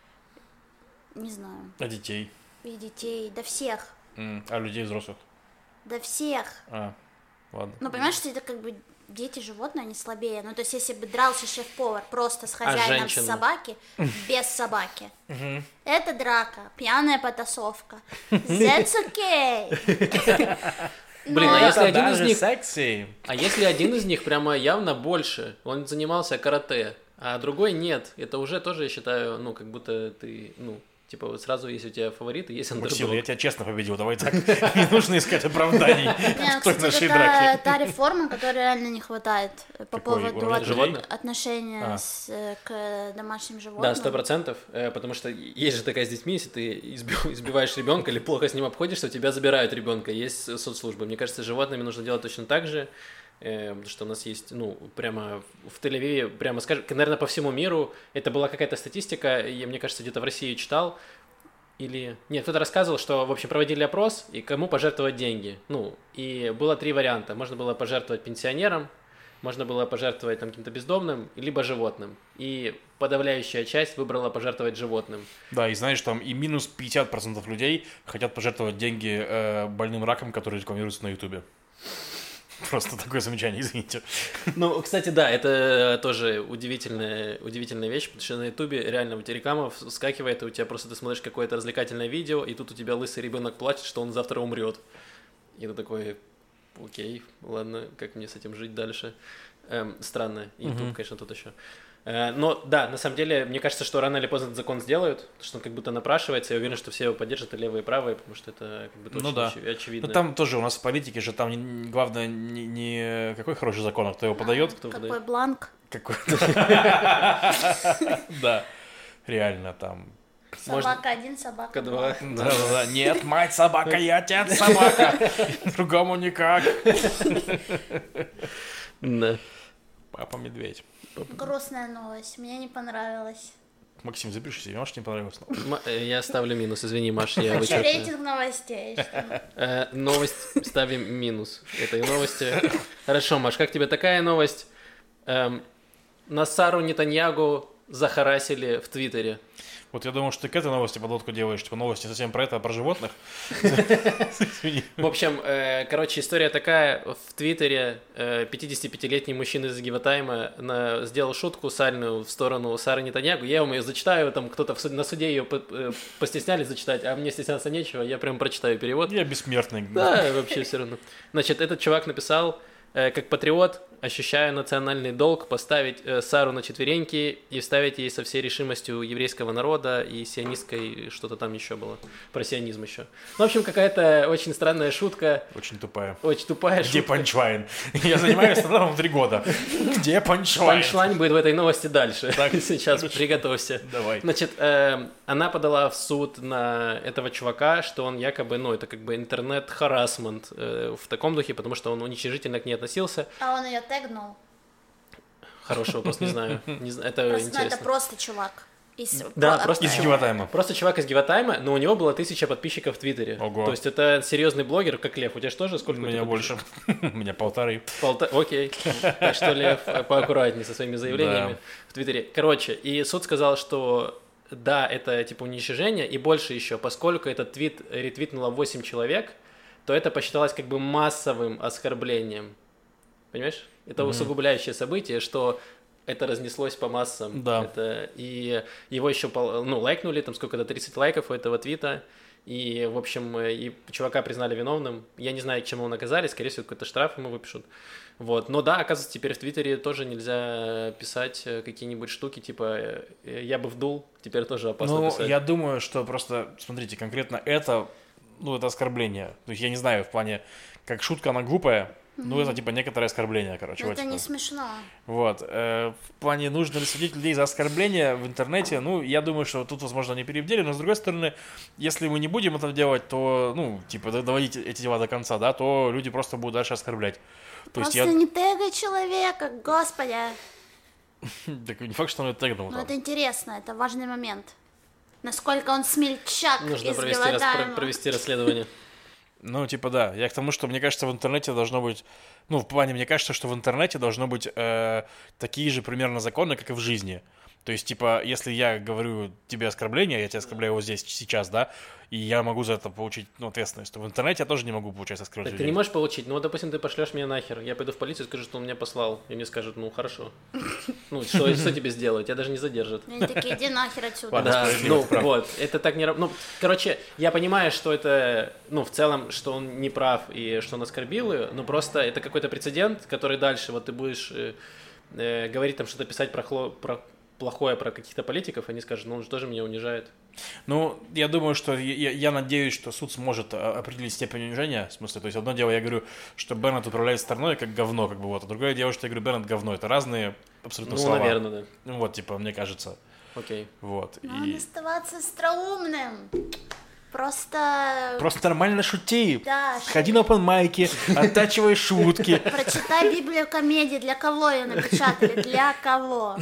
не знаю, А детей? и детей, да всех, М, А людей взрослых? да всех. А, ладно. Ну, понимаешь, что это как бы дети животные, они слабее. Ну, то есть, если бы дрался шеф-повар просто с хозяином женщина? собаки, без собаки, это драка, пьяная потасовка. That's okay. Блин, Но- а если Это один из даже них... секси. А если один из них прямо явно больше, он занимался карате, а другой нет, это уже тоже, я считаю, ну, как будто ты, ну, типа, вот сразу, если у тебя фавориты, есть Максим, я андердог. тебя честно победил, давай так. Не нужно искать оправданий Не, в той кстати, нашей это драке. та, та реформа, которой реально не хватает э, по Какой? поводу Уровень от- животных? отношения А. с, э, к домашним животным. Да, сто процентов, э, потому что есть же такая с детьми, если ты изби- избиваешь ребенка или плохо с ним обходишься, у тебя забирают ребенка, есть соцслужбы. Мне кажется, с животными нужно делать точно так же, э, потому что у нас есть, ну, прямо в Тель-Авиве, прямо скажем, наверное, по всему миру, это была какая-то статистика, я, мне кажется, где-то в России читал, или... Нет, кто-то рассказывал, что, в общем, проводили опрос, и кому пожертвовать деньги. Ну, и было три варианта. Можно было пожертвовать пенсионерам, можно было пожертвовать там каким-то бездомным, либо животным. И подавляющая часть выбрала пожертвовать животным. Да, и знаешь, там и минус пятьдесят процентов людей хотят пожертвовать деньги э, больным раком, которые рекламируются на Ютубе. Просто такое замечание, извините. Ну, кстати, да, это тоже удивительная, удивительная вещь, потому что на Ютубе реально у тебя реклама вскакивает, и у тебя просто ты смотришь какое-то развлекательное видео, и тут у тебя лысый ребенок плачет, что он завтра умрет. И ты такой, окей, ладно, как мне с этим жить дальше? Эм, странно. Ютуб, Мгм. конечно, тут еще. Э, Но да, на самом деле, мне кажется, что рано или поздно этот закон сделают, потому что он как будто напрашивается, я уверен, что все его поддержат, и левые, и правые, потому что это как бы Ну очень да. очи- очевидно. Ну там тоже у нас в политике же там не- главное не, не какой хороший закон, а кто его подает. Кто Какой подает? бланк. Какой. Да, реально там. Собака один, собака два. два. Да, да, да. Нет, мать собака, я отец собака. Другому никак. Да. Папа медведь. Грустная новость, мне не понравилось. Максим, запиши себе, может, не понравилось? М- э, Я ставлю минус, извини, Маш, я Хочу вычеркну. рейтинг новостей. что- Э, Новость ставим минус этой новости. Хорошо, Маш, как тебе такая новость? Эм, Насару Нетаньягу захарасили в Твиттере. Вот я думал, что ты к этой новости подводку делаешь, типа новости совсем про это, а про животных. Извини. В общем, э, короче, история такая. В Твиттере э, пятидесятипятилетний мужчина из Гиватайма на- сделал шутку сальную в сторону Сары Нетаньягу. Я вам ее зачитаю, там кто-то в суд- на суде ее по- э, постеснялись зачитать, а мне стесняться нечего, я прям прочитаю перевод. Я бессмертный. Да, вообще все равно. Значит, этот чувак написал, э, как патриот, ощущаю национальный долг поставить э, Сару на четвереньки и вставить ей со всей решимостью еврейского народа и сионистской, что-то там еще было, про сионизм еще. Ну, в общем, какая-то очень странная шутка. Очень тупая. Очень тупая Где шутка. панчлайн? Я занимаюсь стендапом три года. Где панчлайн? Панчлайн будет в этой новости дальше. Так, сейчас приготовься. Давай. Значит, э, она подала в суд на этого чувака, что он якобы, ну, это как бы интернет-харассмент э, в таком духе, потому что он уничижительно к ней относился. А он ее тегнул. Хороший вопрос, не знаю. Не знаю, это Просто, ну, интересно. это просто чувак. Из, Да, про- просто Из чувак. Гиватайма. Просто чувак из Гиватайма, но у него было тысяча подписчиков в Твиттере. Ого. То есть это серьезный блогер, как Лев. У тебя же тоже У сколько? меня больше. У меня полторы. Полта... Окей. Так что, Лев, поаккуратнее со своими заявлениями Да. в Твиттере. Короче, и суд сказал, что да, это типа уничижение, и больше еще, поскольку этот твит ретвитнуло восемь человек, то это посчиталось как бы массовым оскорблением. Понимаешь? Это Мгм. усугубляющее событие, что это разнеслось по массам. Да. Это... И его еще пол- ну, лайкнули, там сколько-то тридцать лайков у этого твита. И, в общем, и чувака признали виновным. Я не знаю, к чему наказали, скорее всего, какой-то штраф ему выпишут. Вот. Но да, оказывается, теперь в Твиттере тоже нельзя писать какие-нибудь штуки, типа «я бы вдул», теперь тоже опасно Ну, писать. я думаю, что просто, смотрите, конкретно это, ну, это оскорбление. То есть я не знаю, в плане, как шутка, она глупая, ну, это типа некоторое оскорбление, короче. Но вот это не такое. смешно. Вот. э, В плане, нужно ли судить людей за оскорбление в интернете, ну, я думаю, что тут, возможно, они перевдели, но, с другой стороны, если мы не будем это делать, то, ну, типа, доводить эти дела до конца, да, то люди просто будут дальше оскорблять. То есть Просто я... не тегай человека, господи. Так не факт, что он это тегнул Но там. это интересно, это важный момент. Насколько он смельчак Нужно из провести, рас- Гиватайма. провести расследование. Ну, типа, да. Я к тому, что мне кажется, в интернете должно быть... Ну, в плане, мне кажется, что в интернете должно быть э, такие же примерно законы, как и в жизни. То есть, типа, если я говорю тебе оскорбление, я тебя оскорбляю вот здесь, сейчас, да, и я могу за это получить, ну, ответственность, то в интернете я тоже не могу получать оскорблять Так ты людей. не можешь получить, ну, вот, допустим, ты пошлешь меня нахер, я пойду в полицию и скажу, что он меня послал, и мне скажут, ну, хорошо. Ну, что, что тебе сделать? Тебя даже не задержат. И они такие, иди нахер отсюда. Ладно, Да, справедливо, ну ты прав. вот, это так не раб- Ну, короче, я понимаю, что это, ну, в целом, что он не прав и что он оскорбил ее, но просто это какой-то прецедент, который дальше, вот ты будешь э, э, говорить там что-то, писать про, хло- про плохое про каких-то политиков, они скажут, ну, он же тоже меня унижает. Ну, я думаю, что я, я надеюсь, что суд сможет а, определить степень унижения. В смысле, то есть одно дело, я говорю, что Беннет управляет страной как говно, как бы вот, а другое дело, что я говорю, Беннет говно. Это разные абсолютно Ну, слова. наверное, да. Ну, вот, типа, мне кажется. Окей. Вот. Надо И оставаться остроумным. Просто... просто нормально шути. Да, Ходи на опенмайки, оттачивай шутки. прочитай Библию комедии. Для кого ее напечатали? Для кого?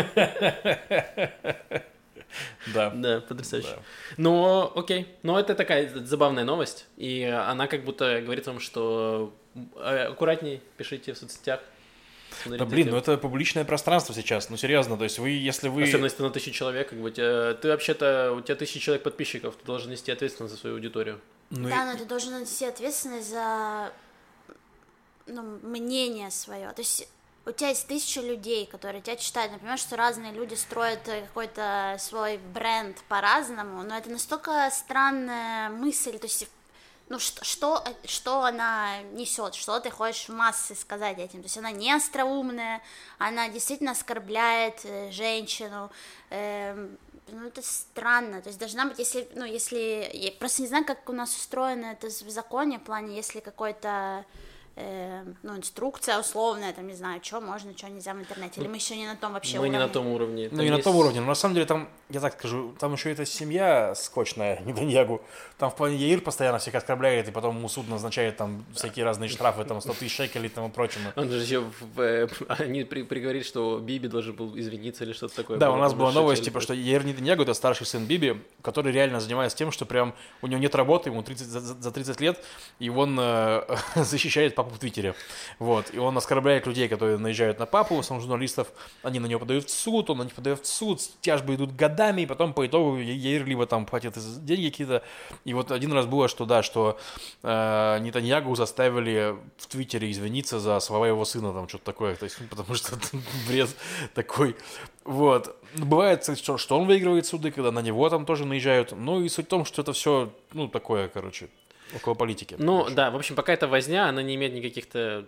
Да. Да, потрясающе. Да. Ну, окей. Но это такая забавная новость, и она как будто говорит вам, что э, аккуратней пишите в соцсетях. Да Смотрите, блин, ну это публичное пространство сейчас, ну серьезно, то есть вы, если вы... Особенно если ты на тысячу человек, как бы, тебя- ты вообще-то, у тебя тысяча человек подписчиков, ты должен нести ответственность за свою аудиторию. Ну, Да, и- но ты должен нести ответственность за ну, мнение свое. То есть у тебя есть тысяча людей, которые тебя читают. Например, что разные люди строят э, какой-то свой бренд по-разному, но это настолько странная мысль. То есть ну что, что, что она несет, что ты хочешь в массы сказать этим. То есть она не остроумная, она действительно оскорбляет э, женщину. Э, ну это странно. То есть должна быть, если, ну если, я просто не знаю, как у нас устроено это в законе, в плане, если какой-то э, ну, инструкция условная, там, не знаю, что можно, что нельзя в интернете, или мы еще не на том вообще Мы уровне. не на том уровне. Ну Там и на есть- том уровне, но на самом деле там, я так скажу, там еще эта семья скотчная, Нетаньягу, там в плане Яир постоянно всех оскорбляет, и потом ему суд назначает там всякие разные штрафы, там сто тысяч шекелей и тому прочему. Он же еще, в, э, они при, приговорили, что Биби должен был извиниться или что-то такое. Да, было, у нас там была большая новость, цель типа, была. что Яир Нетаньягу, это старший сын Биби, который реально занимается тем, что прям у него нет работы, ему тридцать, за, за тридцать лет, и он э, защищает папу в Твиттере. Вот, и он оскорбляет людей, которые наезжают на папу, в основном журналистов, они на него подают в суд, он на них подает в суд, тяжбы идут годами, и потом по итогу Яир либо там платит деньги какие-то. И вот один раз было, что да, что э, Нетаньягу заставили в Твиттере извиниться за слова его сына, там что-то такое, то есть, ну, потому что это бред такой. Вот. Бывает, кстати, что, что он выигрывает суды, когда на него там тоже наезжают. Ну и суть в том, что это все, ну, такое, короче, около политики. Ну, Короче. да, в общем, пока это возня, она не имеет никаких-то там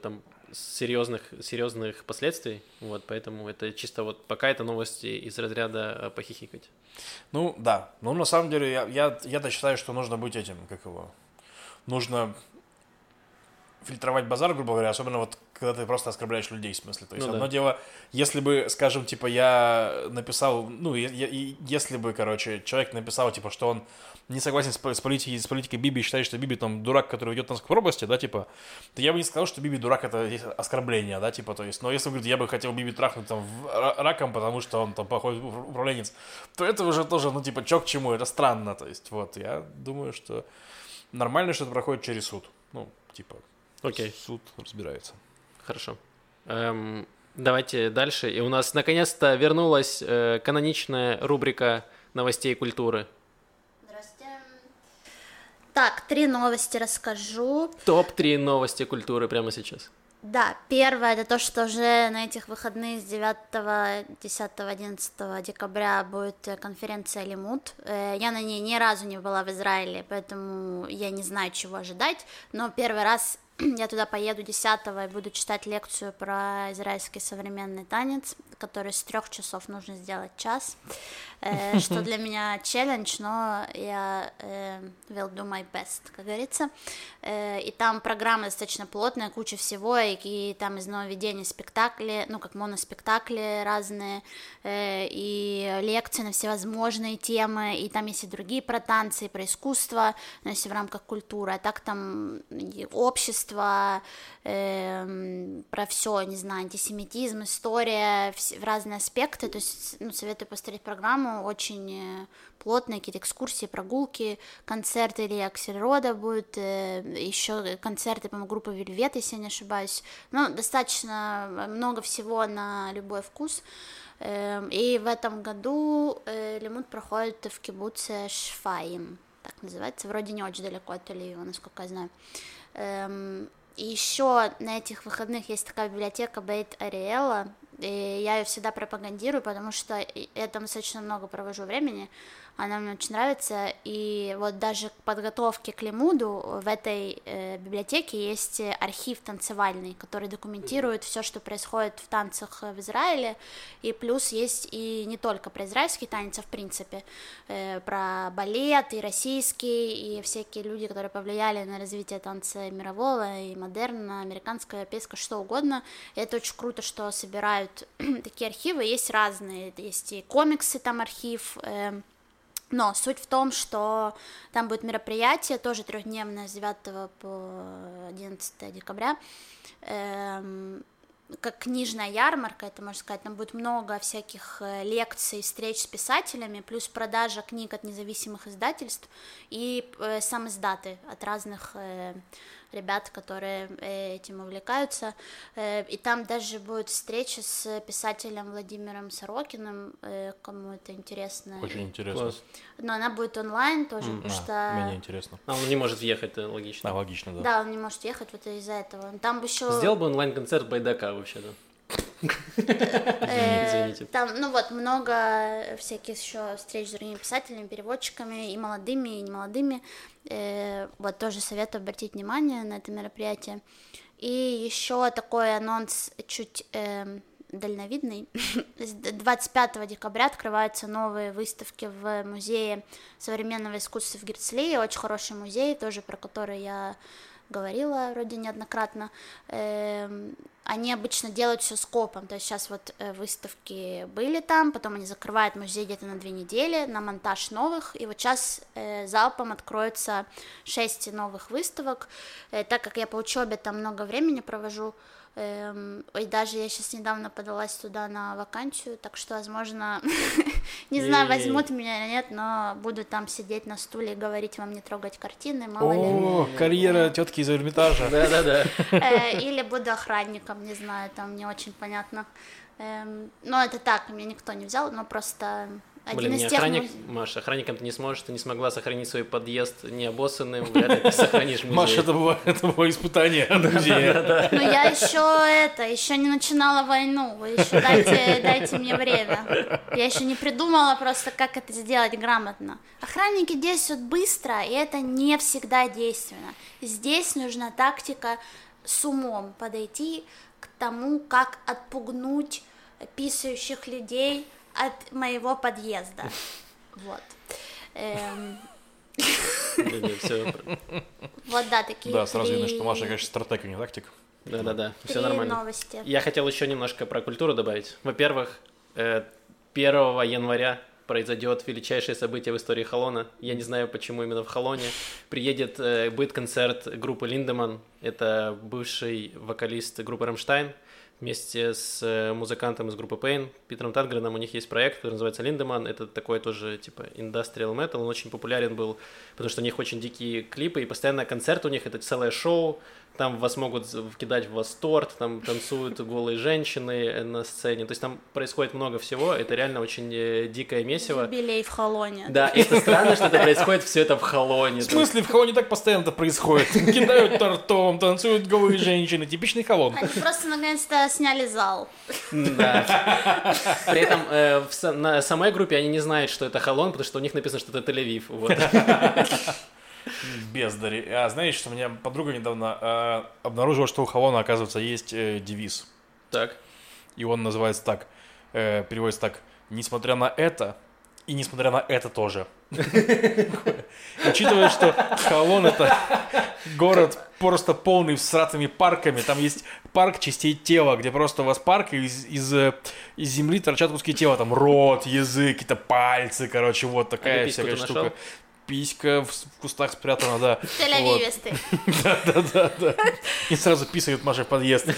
серьезных, серьезных последствий, вот, поэтому это чисто вот пока это новости из разряда похихикать. Ну, да, ну, на самом деле, я, я, я-то считаю, что нужно быть этим, как его, нужно фильтровать базар, грубо говоря, особенно вот когда ты просто оскорбляешь людей, в смысле. То есть, ну, одно да. дело, если бы, скажем, типа, я написал, ну, я, я, если бы, короче, человек написал, типа, что он не согласен с, с, политикой, с политикой Биби, считает, что Биби там дурак, который ведет нас к пропасти, да, типа, то я бы не сказал, что Биби дурак — это оскорбление, да, типа, то есть, но если, говорит, я бы хотел Биби трахнуть там раком, потому что он там плохой управленец, то это уже тоже, ну, типа, чё к чему, это странно, то есть, вот, я думаю, что нормально, что это проходит через суд, ну, типа, окей. Суд разбирается. Хорошо. Эм, давайте дальше. И у нас наконец-то вернулась э, каноничная рубрика новостей культуры. Здравствуйте. Так, три новости расскажу. топ три новости культуры прямо сейчас. Да, первое, это то, что уже на этих выходных с девятого, десятого, одиннадцатого декабря будет конференция Лимут. Я на ней ни разу не была в Израиле, поэтому я не знаю, чего ожидать, но первый раз я туда поеду десятого и буду читать лекцию про израильский современный танец, который с трех часов нужно сделать час, э, что для меня челлендж, но я э, will do my best, как говорится. Э, и там программа достаточно плотная, куча всего, и, и там из нововведений спектакли, ну, как моноспектакли разные, э, и лекции на всевозможные темы, и там есть и другие про танцы, и про искусство, но если в рамках культуры, а так там и общество, э, про все, не знаю, антисемитизм, история, в разные аспекты, то есть, ну, советую посмотреть программу, очень плотные какие-то экскурсии, прогулки, концерты или Аксельрода будет, еще концерты, по-моему, группы Вельвет, если я не ошибаюсь, ну, достаточно много всего на любой вкус, и в этом году Лимут проходит в кибуце Шфаим, так называется, вроде не очень далеко от Тель-Авива, насколько я знаю. И еще на этих выходных есть такая библиотека Бейт Ариэла, и я ее всегда пропагандирую, потому что я там достаточно много провожу времени, она мне очень нравится, и вот даже к подготовке к Лимуду в этой э, библиотеке есть архив танцевальный, который документирует все, что происходит в танцах в Израиле, и плюс есть и не только про израильский танец, а в принципе э, про балет, и российский, и всякие люди, которые повлияли на развитие танца мирового, и модерна, американского, европейского, что угодно, и это очень круто, что собирают такие архивы, есть разные, есть и комиксы, там архив, э, но суть в том, что там будет мероприятие, тоже трехдневное, с девятого по одиннадцатое декабря, эм, как книжная ярмарка, это можно сказать, там будет много всяких лекций, встреч с писателями, плюс продажа книг от независимых издательств и э, сам издаты от разных э, ребят, которые э, этим увлекаются, э, и там даже будет встреча с писателем Владимиром Сорокиным, э, кому это интересно. Очень интересно. Класс. Но она будет онлайн тоже, mm. потому а, что... Мне интересно. А он не может въехать, это логично. А, логично, да. Да, он не может ехать вот из-за этого. Там еще... Сделал бы онлайн-концерт Байдака вообще-то. Извините. Там, ну вот, много всяких еще встреч с другими писателями, переводчиками, и молодыми, и немолодыми. Вот тоже советую обратить внимание на это мероприятие. И еще такой анонс чуть дальновидный. двадцать пятого декабря открываются новые выставки в музее современного искусства в Герцлии. Очень хороший музей, тоже про который я говорила вроде неоднократно. Они обычно делают все скопом, то есть сейчас вот выставки были там, потом они закрывают музей где-то на две недели на монтаж новых, и вот сейчас э, залпом откроется шесть новых выставок, э, так как я по учебе там много времени провожу, э, и даже я сейчас недавно подалась туда на вакансию, так что, возможно, не знаю, возьмут меня или нет, но буду там сидеть на стуле и говорить вам не трогать картины, мало ли. О, карьера тетки из Эрмитажа. Да-да-да. Или буду охранником, не знаю, там не очень понятно. Эм, но это так, меня никто не взял, но просто один Блин, из не тех... охранник, муз... Маша, охранником ты не сможешь, ты не смогла сохранить свой подъезд необоссанным, вряд ли ты сохранишь музей. Маша, это было, это было испытание музея. Ну я еще это, еще не начинала войну, вы еще дайте, дайте мне время. Я еще не придумала просто, как это сделать грамотно. Охранники действуют быстро, и это не всегда действенно. Здесь нужна тактика с умом подойти к тому, как отпугнуть писающих людей от моего подъезда. Вот. Эм... Вот, да, такие Да, сразу три... видно, что Маша, конечно, стратег, а не тактик. Да-да-да, все Три нормально. новости. Я хотел еще немножко про культуру добавить. Во-первых, первого января произойдет величайшее событие в истории Холона. Я не знаю, почему именно в Холоне. Приедет, будет концерт группы Линдеман. Это бывший вокалист группы Рамштайн. Вместе с музыкантом из группы Pain, Питером Тангреном, у них есть проект, который называется Lindemann. Это такой тоже типа industrial metal. Он очень популярен был, потому что у них очень дикие клипы, и постоянно концерт у них, это целое шоу. Там вас могут кидать в восторг, там танцуют голые женщины на сцене. То есть там происходит много всего. Это реально очень дикое месиво. Юбилей в Холоне. Да, и это странно, что это происходит все это в Холоне. В смысле, в Холоне так постоянно происходит? Кидают тортом, танцуют голые женщины. Типичный Холон. Они просто наконец-то сняли зал. Да. При этом э, в, на самой группе они не знают, что это Холон, потому что у них написано, что это Тель-Авив. Вот. Бездари. А знаешь, что у меня подруга недавно э, обнаружила, что у Холона, оказывается, есть э, девиз. Так. И он называется так, э, переводится так: несмотря на это, и несмотря на это тоже. Учитывая, что Холон — это город просто полный всратыми парками. Там есть парк частей тела, где просто у вас парк, и из, из, из земли торчат куски тела. Там рот, язык, какие-то пальцы, короче, вот такая всякая штука. Писька в кустах спрятана, да. Тель-Авивисты. Да-да-да. И сразу писают Маша в подъезд.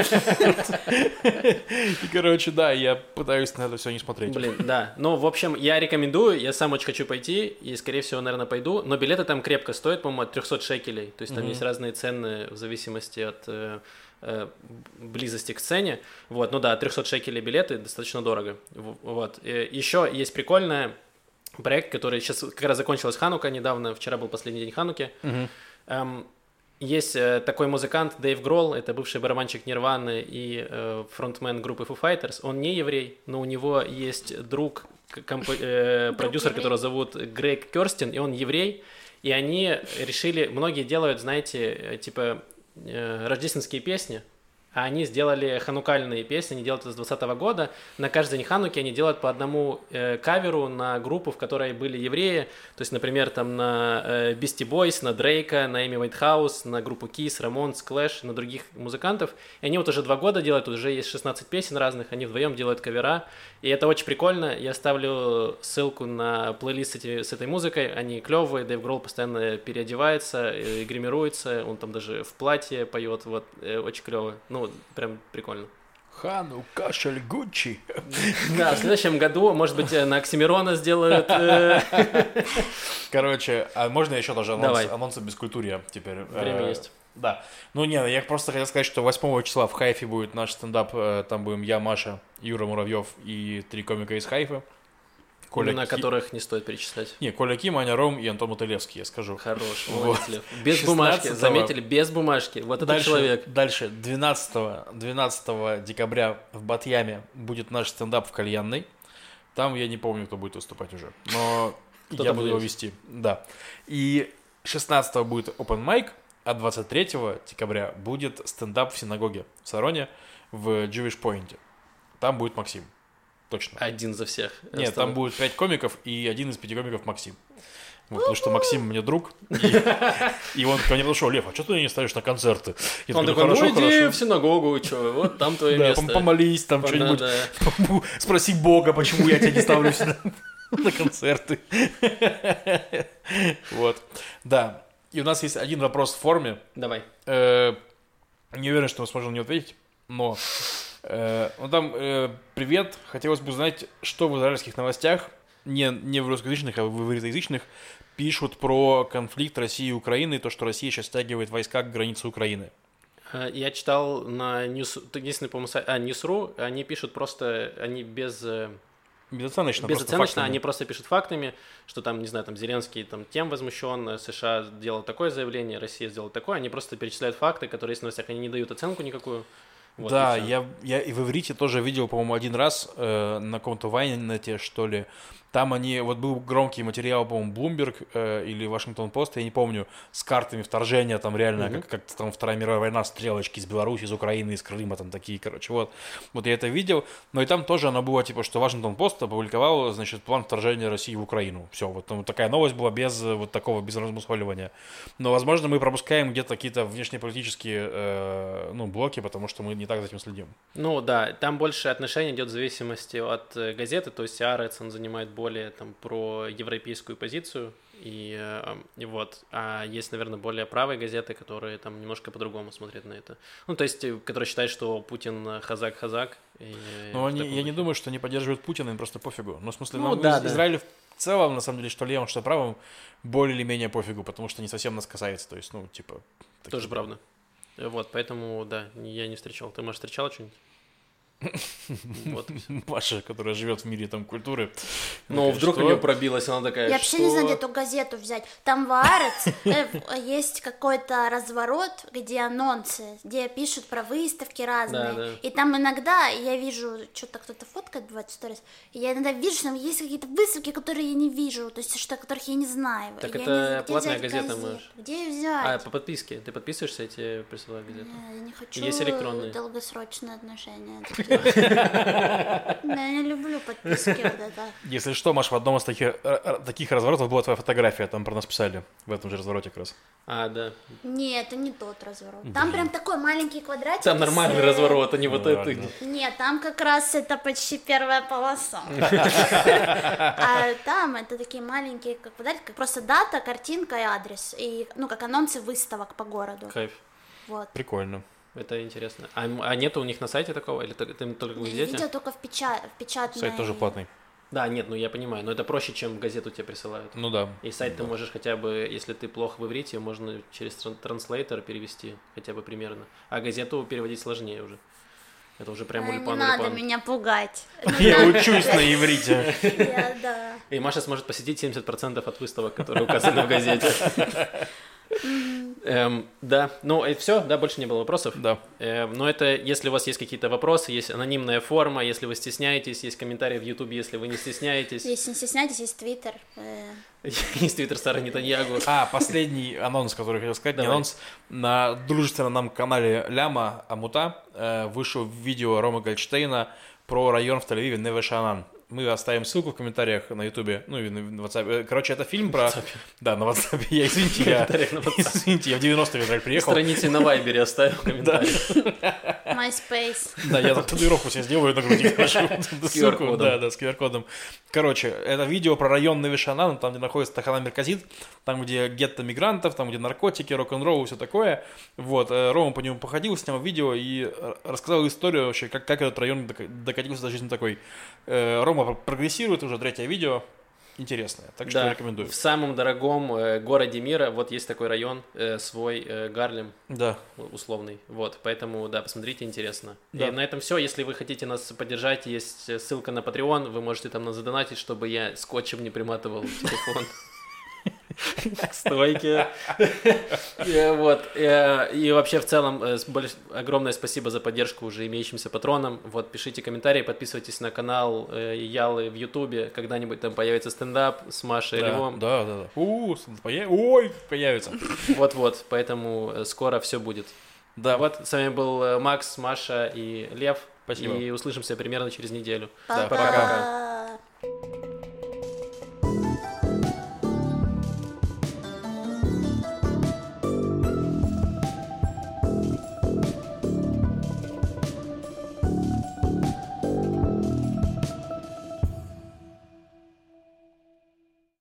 И, короче, да, я пытаюсь на это все не смотреть. Блин, да. Ну, в общем, я рекомендую, я сам очень хочу пойти, и, скорее всего, наверное, пойду. Но билеты там крепко стоят, по-моему, от триста шекелей. То есть там есть разные цены в зависимости от близости к сцене. Вот, ну да, триста шекелей билеты, достаточно дорого. Вот. Еще есть прикольная проект, который сейчас как раз закончилась Ханука недавно, вчера был последний день Хануки. Uh-huh. Эм, есть э, такой музыкант Дэйв Гролл, это бывший барабанщик Нирваны и э, фронтмен группы Foo Fighters. Он не еврей, но у него есть друг, комп- э, продюсер, которого зовут Грег Керстин, и он еврей. И они решили, многие делают, знаете, типа э, рождественские песни, а они сделали ханукальные песни, они делают это с двадцатого года. На каждый день Хануки они делают по одному э, каверу на группу, в которой были евреи. То есть, например, там на э, Beastie Boys, на Дрейка, на Эми Уайтхаус, на группу Kiss, Ramones, Clash, на других музыкантов. И они вот уже два года делают, уже есть шестнадцать песен разных, они вдвоем делают кавера. И это очень прикольно. Я ставлю ссылку на плейлист с, эти, с этой музыкой. Они клевые, Дэйв Гролл постоянно переодевается, и гримируется, он там даже в платье поет, вот, э, очень клево. Ну, прям прикольно. Хану, кашель, Гуччи. Да, в следующем году, может быть, на Оксимирона сделают. Короче, а можно еще даже анонс, анонсы бескультурья теперь? Время есть. Да. Ну, не, я просто хотел сказать, что восьмого числа в Хайфе будет наш стендап. Там будем я, Маша, Юра Муравьев и три комика из Хайфы. Коля на Ки... которых не стоит перечислять. Не, Коля Ким, Аня Ром и Антон Мотылевский, я скажу. Хорош, вот. Без бумажки, заметили, без бумажки. Вот этот дальше, человек. Дальше, двенадцатого декабря в Батьяме будет наш стендап в Кальянной. Там я не помню, кто будет выступать уже, но кто я буду его вести. Да. И шестнадцатого будет open mic, а двадцать третьего декабря будет стендап в синагоге в Сароне в Jewish Point. Там будет Максим. Точно. Один за всех. Нет, осталось. Там будет пять комиков, и один из пяти комиков Максим. Вот, потому что Максим мне друг, и, и он ко мне подошел: Лев, а что ты не ставишь на концерты? Я он такой, ну иди в синагогу, что, вот там твое да, место. Помолись, там что-нибудь, да. Спроси Бога, почему я тебя не ставлю сюда на концерты. Вот, да. И у нас есть один вопрос в форме. Давай. Не уверен, что мы сможем на него ответить, но... Ну там, э, привет, хотелось бы узнать, что в израильских новостях, не, не в русскоязычных, а в ивритоязычных, пишут про конфликт России и Украины, то, что Россия сейчас стягивает войска к границе Украины. Я читал на News, единственный, по-моему, сайт, а, News.ru, они пишут просто, они без... Безоценочно, Безоценочно, они просто пишут фактами, что там, не знаю, там Зеленский там тем возмущен, США сделал такое заявление, Россия сделала такое, они просто перечисляют факты, которые есть в новостях, они не дают оценку никакую. Вот да, я, я и в иврите тоже видел, по-моему, один раз э, на каком-то вайнете, что ли, Там они, вот был громкий материал, по-моему, Bloomberg э, или Washington Post, я не помню, с картами вторжения, там реально, mm-hmm. как, как там Вторая мировая война, стрелочки из Беларуси, из Украины, из Крыма, там такие, короче, вот. Вот я это видел, но и там тоже оно было, типа, что Washington Post опубликовал, значит, план вторжения России в Украину. Все, вот, вот такая новость была без вот такого, без размусоливания. Но, возможно, мы пропускаем где-то какие-то внешнеполитические, э, ну, блоки, потому что мы не так за этим следим. Ну, да, там больше отношение идет в зависимости от газеты, то есть Арец, он занимает более там про европейскую позицию, и, и вот, а есть, наверное, более правые газеты, которые там немножко по-другому смотрят на это. Ну, то есть, которые считают, что Путин хазак-хазак. Ну, они, я не думаю, что они поддерживают Путина, им просто пофигу. Ну, в смысле, ну, нам да, из, да. Израилю в целом, на самом деле, что левым, что правым, более или менее пофигу, потому что не совсем нас касается, то есть, ну, типа... Тоже правда. Вот, поэтому, да, я не встречал. Ты, может, встречала что-нибудь? Вот. Маша, которая живет в мире там культуры. Ну, вдруг у нее пробилась, она такая, Я вообще что... не знаю, где эту газету взять. Там в Аарец есть какой-то разворот, где анонсы, где пишут про выставки разные. Да, да. И там иногда я вижу, что-то кто-то фоткает, бывает, в сторис, и я иногда вижу, что там есть какие-то выставки, которые я не вижу, то есть что, которых я не знаю. Так я это не... платная газета, можешь. Где ее взять? А, по подписке. Ты подписываешься, я тебе присылаю газету. Я не хочу есть электронные. долгосрочные отношения. Я не люблю подписки вот это. Если что, Маш, в одном из таких, таких разворотов была твоя фотография, там про нас писали, в этом же развороте как раз. А, да. Нет, это не тот разворот. Там прям такой маленький квадратик. Там нормальный с... разворот, а не вот Ну, это. ладно. Нет, там как раз это почти первая полоса. А там это такие маленькие квадратики, как просто дата, картинка и адрес. И, ну, как анонсы выставок по городу. Кайф. Вот. Прикольно. Это интересно. А, а нету у них на сайте такого? Или ты, ты только в Я газете? видела только в, печа... в печатной... Сайт тоже платный. Да, нет, ну я понимаю, но это проще, чем газету тебе присылают. Ну да. И сайт ты можешь хотя бы, если ты плохо в иврите, можно через тран- транслейтер перевести хотя бы примерно. А газету переводить сложнее уже. Это уже прям А, не ульпан надо ульпан. меня пугать. Я учусь на иврите. Я, да. И Маша сможет посетить семьдесят процентов от выставок, которые указаны в газете. Эм, да, ну и все, да, больше не было вопросов. Да. Эм, но это, если у вас есть какие-то вопросы, есть анонимная форма, если вы стесняетесь, есть комментарии в Ютубе, если вы не стесняетесь. Если не стесняйтесь, есть Твиттер. э, Есть твиттер Сара Нетаньягу. А, последний анонс, который хотел сказать, не Давай. анонс. На дружественном нам канале Ляма Амута э, вышел видео Ромы Гольдштейна про район в Тель-Авиве Неве-Шаанан. Мы оставим ссылку в комментариях на Ютубе, ну и на WhatsApp. Короче, это фильм про... Да, на WhatsApp. Я, извините, я... Извините, я в девяностые в Израиль приехал. Страницы на Вайбере оставил комментарий. MySpace. Да, я татуировку себе сделаю на груди. С ку ар-кодом. Да, да, с ку ар-кодом. Короче, это видео про район Неве-Шаанан, там, где находится Тахана Мерказит, там, где гетто мигрантов, там, где наркотики, рок-н-ролл и все такое. Вот, Рома по нему походил, снял видео и рассказал историю вообще, как, как этот район докатился до жизни такой. Рома прогрессирует, уже третье видео. Интересное, так что Да, рекомендую. в самом дорогом э, городе мира вот есть такой район, э, свой э, Гарлем, Да. условный. Вот, поэтому, да, посмотрите, интересно. Да. И на этом все. Если вы хотите нас поддержать, есть ссылка на Patreon, вы можете там нас задонатить, чтобы я скотчем не приматывал телефон к стойке. Э, Вот. Э, И вообще в целом э, с- больш- огромное спасибо за поддержку уже имеющимся патронам. Вот, пишите комментарии, подписывайтесь на канал э, Ялы в Ютубе. Когда-нибудь там появится стендап с Машей и Да, Львом. да, да, да. У, поя- Ой, появится. Вот-вот, поэтому э, скоро все будет. Да, Вот, с вами был э, Макс, Маша и Лев. Спасибо. И услышимся примерно через неделю. Да, Пока. пока.